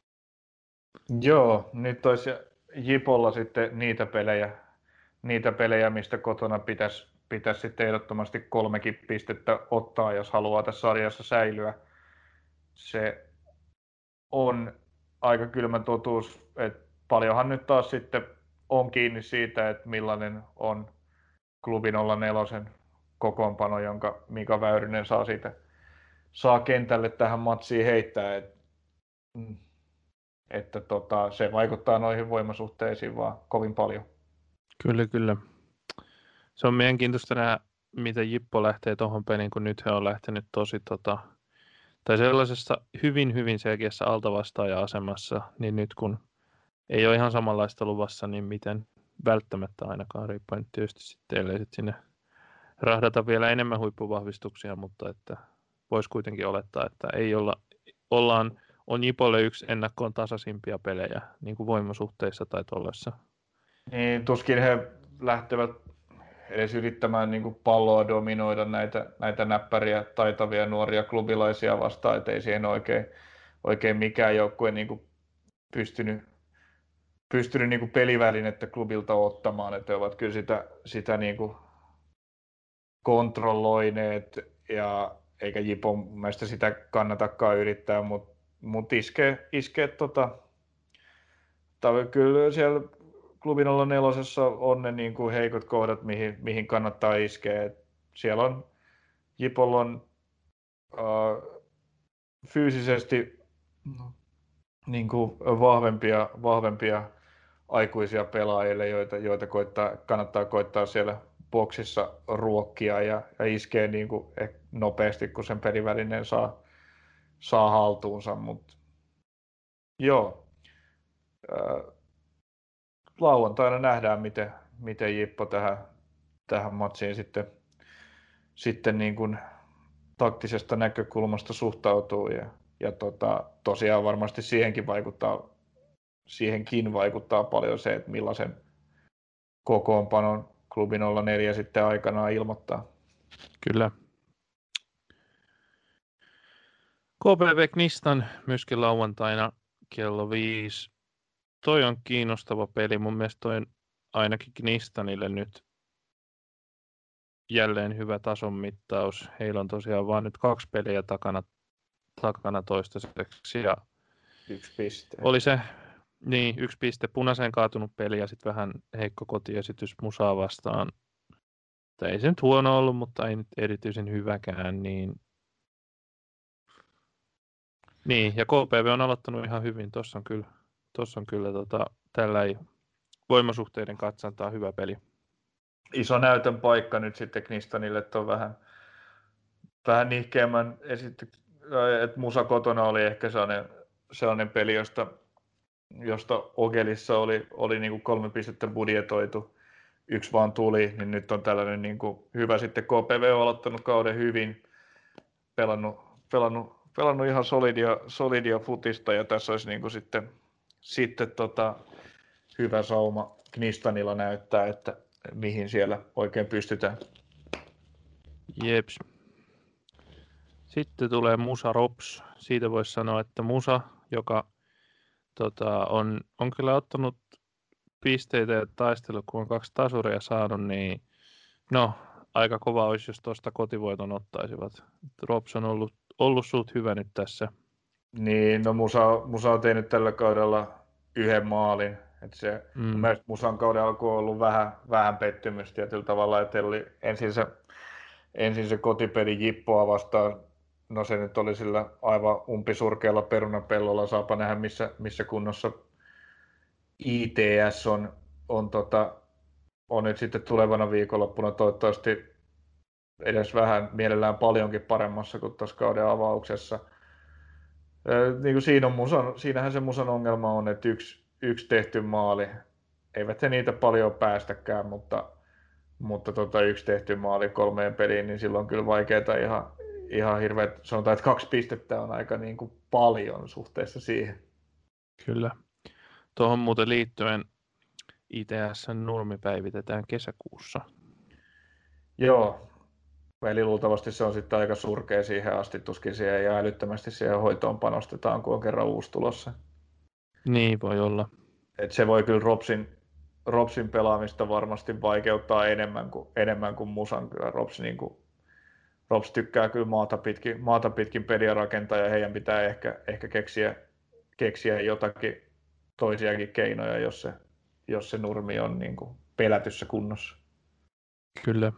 Joo, nyt olisi Jipolla sitten niitä pelejä, mistä kotona pitäisi sitten ehdottomasti 3 pistettä ottaa, jos haluaa tässä sarjassa säilyä. Se on aika kylmä totuus, että paljonhan nyt taas sitten on kiinni siitä, että millainen on klubi 04 kokoonpano, jonka Mika Väyrynen saa kentälle tähän matsiin heittää. Että se vaikuttaa noihin voimasuhteisiin vaan kovin paljon. Kyllä. Se on mielenkiintoista nähdä, miten Jippo lähtee tuohon peliin, kun nyt he on lähtenyt tosi tai sellaisessa hyvin selkeässä altavastaaja-asemassa, niin nyt kun ei ole ihan samanlaista luvassa, niin miten välttämättä ainakaan, riippuen tietysti sitten, ellei sitten sinne rahdata vielä enemmän huippuvahvistuksia, mutta että voisi kuitenkin olettaa, että ei on Jipolle yksi ennakkoon tasaisimpia pelejä niin kuin voimasuhteissa tai tuollaisessa. Niin, tuskin he lähtevät edes yrittämään niin kuin palloa dominoida näitä näppäriä, taitavia nuoria klubilaisia vastaan, että ei siihen oikein mikään joukkue niin kuin pystynyt niin kuin pelivälinettä klubilta ottamaan, että he ovat kyllä sitä niin kuin kontrolloineet, eikä Jipon mielestä sitä kannatakaan yrittää, mutta iskee kyllä siellä klubin 04 on ne niin kuin heikot kohdat, mihin kannattaa iskeä. Et siellä on Jipolla on fyysisesti niin kuin vahvempia aikuisia pelaajille, joita kannattaa koittaa siellä boksissa ruokkia ja iskee niin kuin nopeasti, kun sen pelivälineen saa haltuunsa. Mut joo, lauantaina nähdään, miten Jippo tähän matsiin sitten niin kuin taktisesta näkökulmasta suhtautuu ja tosiaan varmasti siihenkin vaikuttaa paljon se, että millaisen kokoonpanon klubi 04 sitten aikanaan ilmoittaa. Kyllä. KPV Knistan myöskin lauantaina kello 5. Toi on kiinnostava peli. Mun mielestä toi on ainakin Knistanille nyt jälleen hyvä tason mittaus. Heillä on tosiaan vaan nyt 2 peliä takana toistaiseksi. Ja 1 piste. oli se 1 piste, punaiseen kaatunut peli ja sitten vähän heikko kotiesitys Musaa vastaan. Ei se nyt huono ollut, mutta ei nyt erityisen hyväkään. Niin, ja KPV on aloittanut ihan hyvin. Tuossa on kyllä tällä ei voimasuhteiden katsantaa hyvä peli. Iso näytön paikka nyt sitten Knistanille, että on vähän nihkeämmän että Musa kotona oli ehkä sellainen peli, josta Ogelissa oli niin kuin 3 pistettä budjetoitu, 1 vaan tuli, niin nyt on tällainen niin kuin hyvä sitten. KPV on aloittanut kauden hyvin, pelannut ihan solidia futista, ja tässä olisi niin kuin sitten hyvä sauma Knistanilla näyttää, että mihin siellä oikein pystytään. Jeps. Sitten tulee Musa Rops. Siitä voisi sanoa, että Musa, joka on kyllä ottanut pisteitä ja taistelu, kun on 2 tasuria saanut, niin no, aika kova olisi, jos tuosta kotivoiton ottaisivat. Rops on ollut suht hyvä nyt tässä. Niin, no Musa on tehnyt tällä kaudella 1 maalin. Että se, mun mielestä Musan kauden alku on ollut vähän pettymys tietyllä tavalla, että oli ensin se kotipeli Jippoa vastaan. No se nyt oli sillä aivan umpisurkealla perunapellolla, saapa nähdä missä kunnossa ITS on nyt sitten tulevana viikonloppuna toivottavasti edes vähän mielellään paljonkin paremmassa kuin tuossa kauden avauksessa. Niin kuin siinähän se Musan ongelma on, että yksi tehty maali, eivät he niitä paljon päästäkään, mutta 1 tehty maali 3 peliin, niin silloin on kyllä vaikeaa ihan hirveät, sanotaan, että 2 pistettä on aika niin kuin paljon suhteessa siihen. Kyllä. Tuohon muuten liittyen ITS:n nurmi päivitetään kesäkuussa. Joo, eli luultavasti se on sitten aika surkea siihen asti, tuskin siihen ja älyttömästi siihen hoitoon panostetaan, kun on kerran uusi tulossa. Niin voi olla. Et se voi kyllä Ropsin pelaamista varmasti vaikeuttaa enemmän kuin Musan. Kyllä Rops tykkää kyllä maata pitkin peliä rakentaa ja heidän pitää ehkä keksiä toisiakin keinoja, jos se nurmi on niin kuin pelätyssä kunnossa. Kyllä.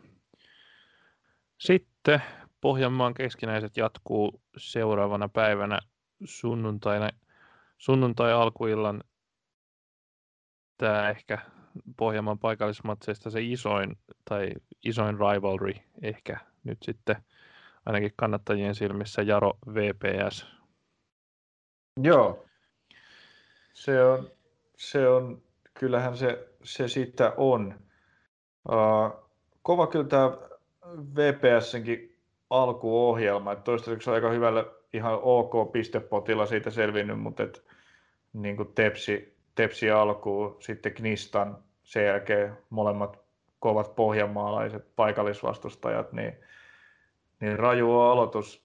Sitten Pohjanmaan keskinäiset jatkuu seuraavana päivänä sunnuntaina. Sunnuntai-alkuillan tämä ehkä Pohjanmaan paikallismatseista se isoin rivalry ehkä nyt sitten ainakin kannattajien silmissä Jaro VPS. Joo, se on kyllähän se sitä on. Kova kyllä tämä VPS:nkin alkuohjelma, että toistaiseksi on aika hyvällä ihan ok pistepotilla siitä selvinnyt, mutta niin kuin Tepsi alkuun, sitten Knistan, sen jälkeen molemmat kovat pohjanmaalaiset paikallisvastustajat, niin raju aloitus.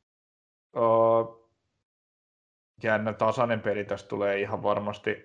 Jännä tasainen peli tästä tulee ihan varmasti.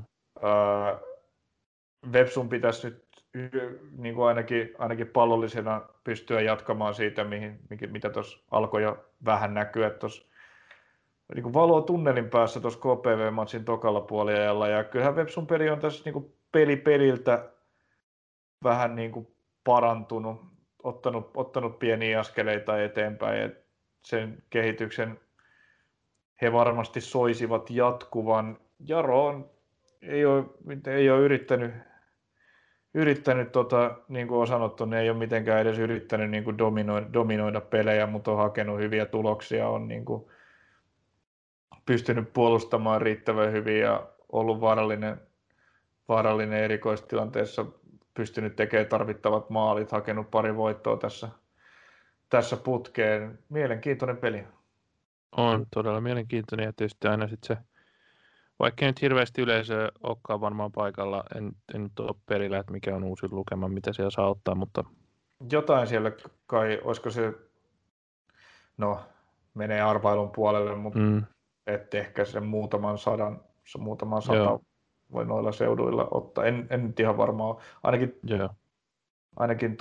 Vepsun pitäisi nyt niin kuin ainakin pallollisena pystyä jatkamaan siitä, mitä tuossa alkoi jo vähän näkyä. Tuossa niin kuin valoa tunnelin päässä tuossa KPV-matsin tokalla puoliajalla. Ja kyllähän Vepsun peli on tässä niin kuin peliltä vähän niin kuin parantunut, ottanut pieniä askeleita eteenpäin. Ja sen kehityksen he varmasti soisivat jatkuvan. Jaro ei ole yrittänyt niin kuin on sanottu, ne ei ole mitenkään edes yrittänyt niin kuin dominoida pelejä, mutta on hakenut hyviä tuloksia, on niin kuin pystynyt puolustamaan riittävän hyvin ja ollut vaarallinen erikoistilanteessa, pystynyt tekemään tarvittavat maalit, hakenut pari voittoa tässä putkeen. Mielenkiintoinen peli. On todella mielenkiintoinen ja tietysti aina sitten se, vaikka ei nyt hirveästi yleisöä olekaan varmaan paikalla, en nyt ole perillä, että mikä on uusi lukema, mitä siellä saa ottaa, mutta jotain siellä kai, olisiko se, no menee arvailun puolelle, mutta että ehkä se muutaman sata voi noilla seuduilla ottaa. En nyt ihan varmaan, ainakin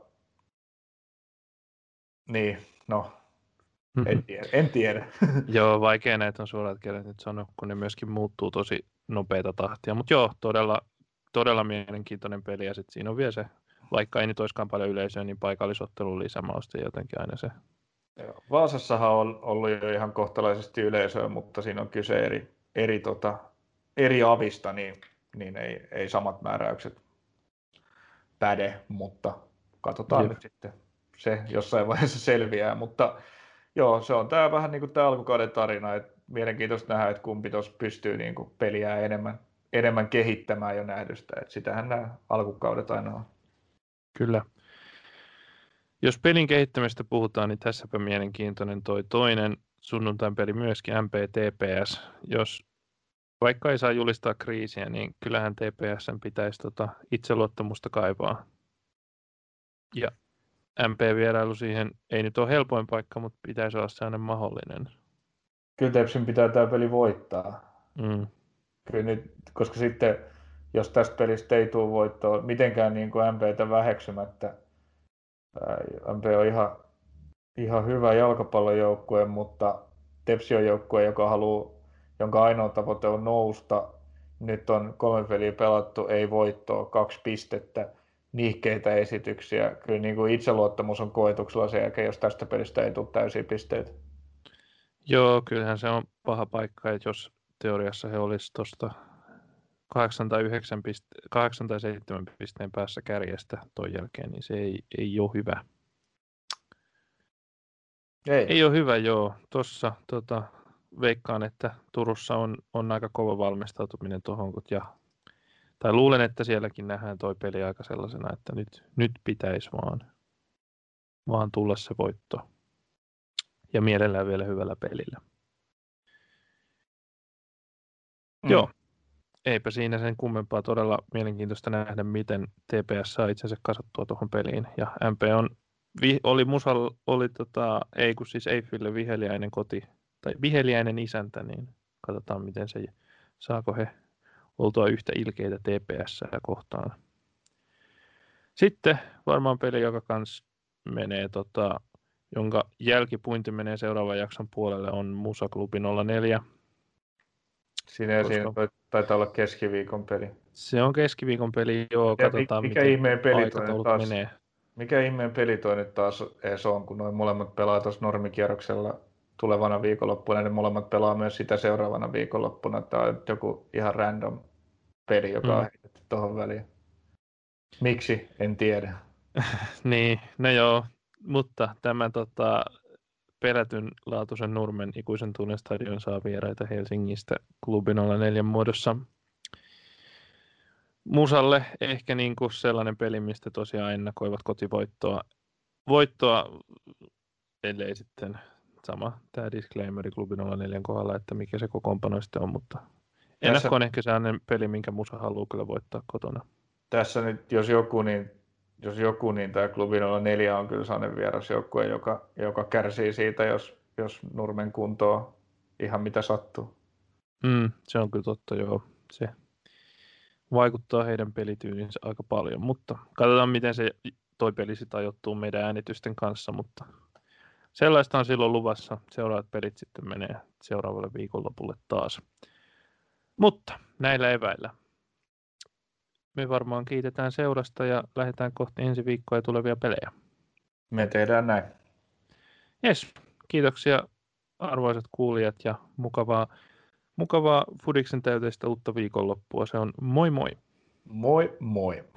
niin, no en tiedä. Joo, vaikea näitä on suorat kielet nyt sanoa, kun ne myöskin muuttuu tosi nopeata tahtia. Mutta joo, todella mielenkiintoinen peli. Ja sitten siinä on vielä se, vaikka ei nyt olisikaan paljon yleisöä, niin paikallisottelun lisämausta jotenkin aina se. Joo. Vaasassahan on ollut jo ihan kohtalaisesti yleisöä, mutta siinä on kyse eri avista, niin ei samat määräykset päde, mutta katsotaan nyt sitten. Se jossain vaiheessa selviää, mutta joo, se on tämä vähän niin kuin tämä alkukauden tarina, että mielenkiintoista nähdä, että kumpi tuossa pystyy niin kuin peliä enemmän kehittämään jo nähdystä, että sitähän nämä alkukaudet aina on. Kyllä. Jos pelin kehittämistä puhutaan, niin tässäpä mielenkiintoinen toinen sunnuntain peli myöskin MP-TPS. Jos vaikka ei saa julistaa kriisiä, niin kyllähän TPS:n pitäisi itseluottamusta kaivaa. Ja MP-vierailu siihen ei nyt ole helpoin paikka, mutta pitäisi olla sellainen mahdollinen. Kyllä Tepsin pitää tämä peli voittaa. Kyllä nyt, koska sitten, jos tästä pelistä ei tule voittoa mitenkään niin kuin MP:tä väheksymättä, MP on ihan hyvä jalkapallojoukkue, mutta Tepsi on joukkue, jonka ainoa tavoite on nousta. Nyt on 3 peliä pelattu, ei voittoa, 2 pistettä, nihkeitä esityksiä. Kyllä niin kuin itseluottamus on koetuksella sen jälkeen, jos tästä pelistä ei tule täysiä pisteitä. Joo, kyllähän se on paha paikka, että jos teoriassa he olisivat tuosta 8 tai 7 pisteen päässä kärjestä ton jälkeen, niin se ei ole hyvä. Ei ole hyvä, joo. Tuossa veikkaan, että Turussa on aika kova valmistautuminen tuohon, tai luulen, että sielläkin nähdään toi peli aika sellaisena, että nyt pitäisi vaan tulla se voitto. Ja mielellään vielä hyvällä pelillä. Joo, eipä siinä sen kummempaa. Todella mielenkiintoista nähdä, miten TPS saa itsensä kasattua tuohon peliin. Ja MP siis Eiffille viheliäinen koti, tai viheliäinen isäntä, niin katsotaan, miten saako he oltua yhtä ilkeitä TPS:ää kohtaan. Sitten varmaan peli, joka kans menee, jonka jälkipuinti menee seuraavan jakson puolelle, on Musa Klubi 04. Siinä Taitaa olla keskiviikon peli. Se on keskiviikon peli, joo, katsotaan Mikä miten ihmeen peli toi nyt aikataulut taas, menee. mikä ihmeen peli toi nyt taas ees on, kun noin molemmat pelaa tuossa normikierroksella tulevana viikonloppuna, ne molemmat pelaa myös sitä seuraavana viikonloppuna. Tämä on joku ihan random peli, joka on heitetty tuohon väliin. Miksi? En tiedä. Niin, no joo, mutta tämä pelätyn laatuisen Nurmen ikuisen tunnestadion saa vieraita Helsingistä klubin 04 muodossa. Musalle ehkä niin kuin sellainen peli, mistä tosiaan ennakoivat kotivoittoa, ellei sitten sama tämä disclaimeri klubin 04 kohdalla, että mikä se kokoonpano sitten on, mutta ennakko on ehkä sellainen peli, minkä Musa haluaa kyllä voittaa kotona. Tässä nyt, jos joku, niin tämä klubi 04 on kyllä sellainen vierasjoukkue, joka kärsii siitä, jos Nurmen kuntoon ihan mitä sattuu. Se on kyllä totta, joo. Se vaikuttaa heidän pelityylinsä aika paljon, mutta katsotaan, miten se toi peli sitten ajoittuu meidän äänitysten kanssa, mutta sellaista on silloin luvassa. Seuraavat pelit sitten menee seuraavalle viikonlopulle taas. Mutta näillä eväillä me varmaan kiitetään seurasta ja lähdetään kohti ensi viikkoa ja tulevia pelejä. Me tehdään näin. Jes, kiitoksia arvoisat kuulijat ja mukavaa Fudiksen täyteistä uutta viikonloppua. Se on moi moi. Moi moi.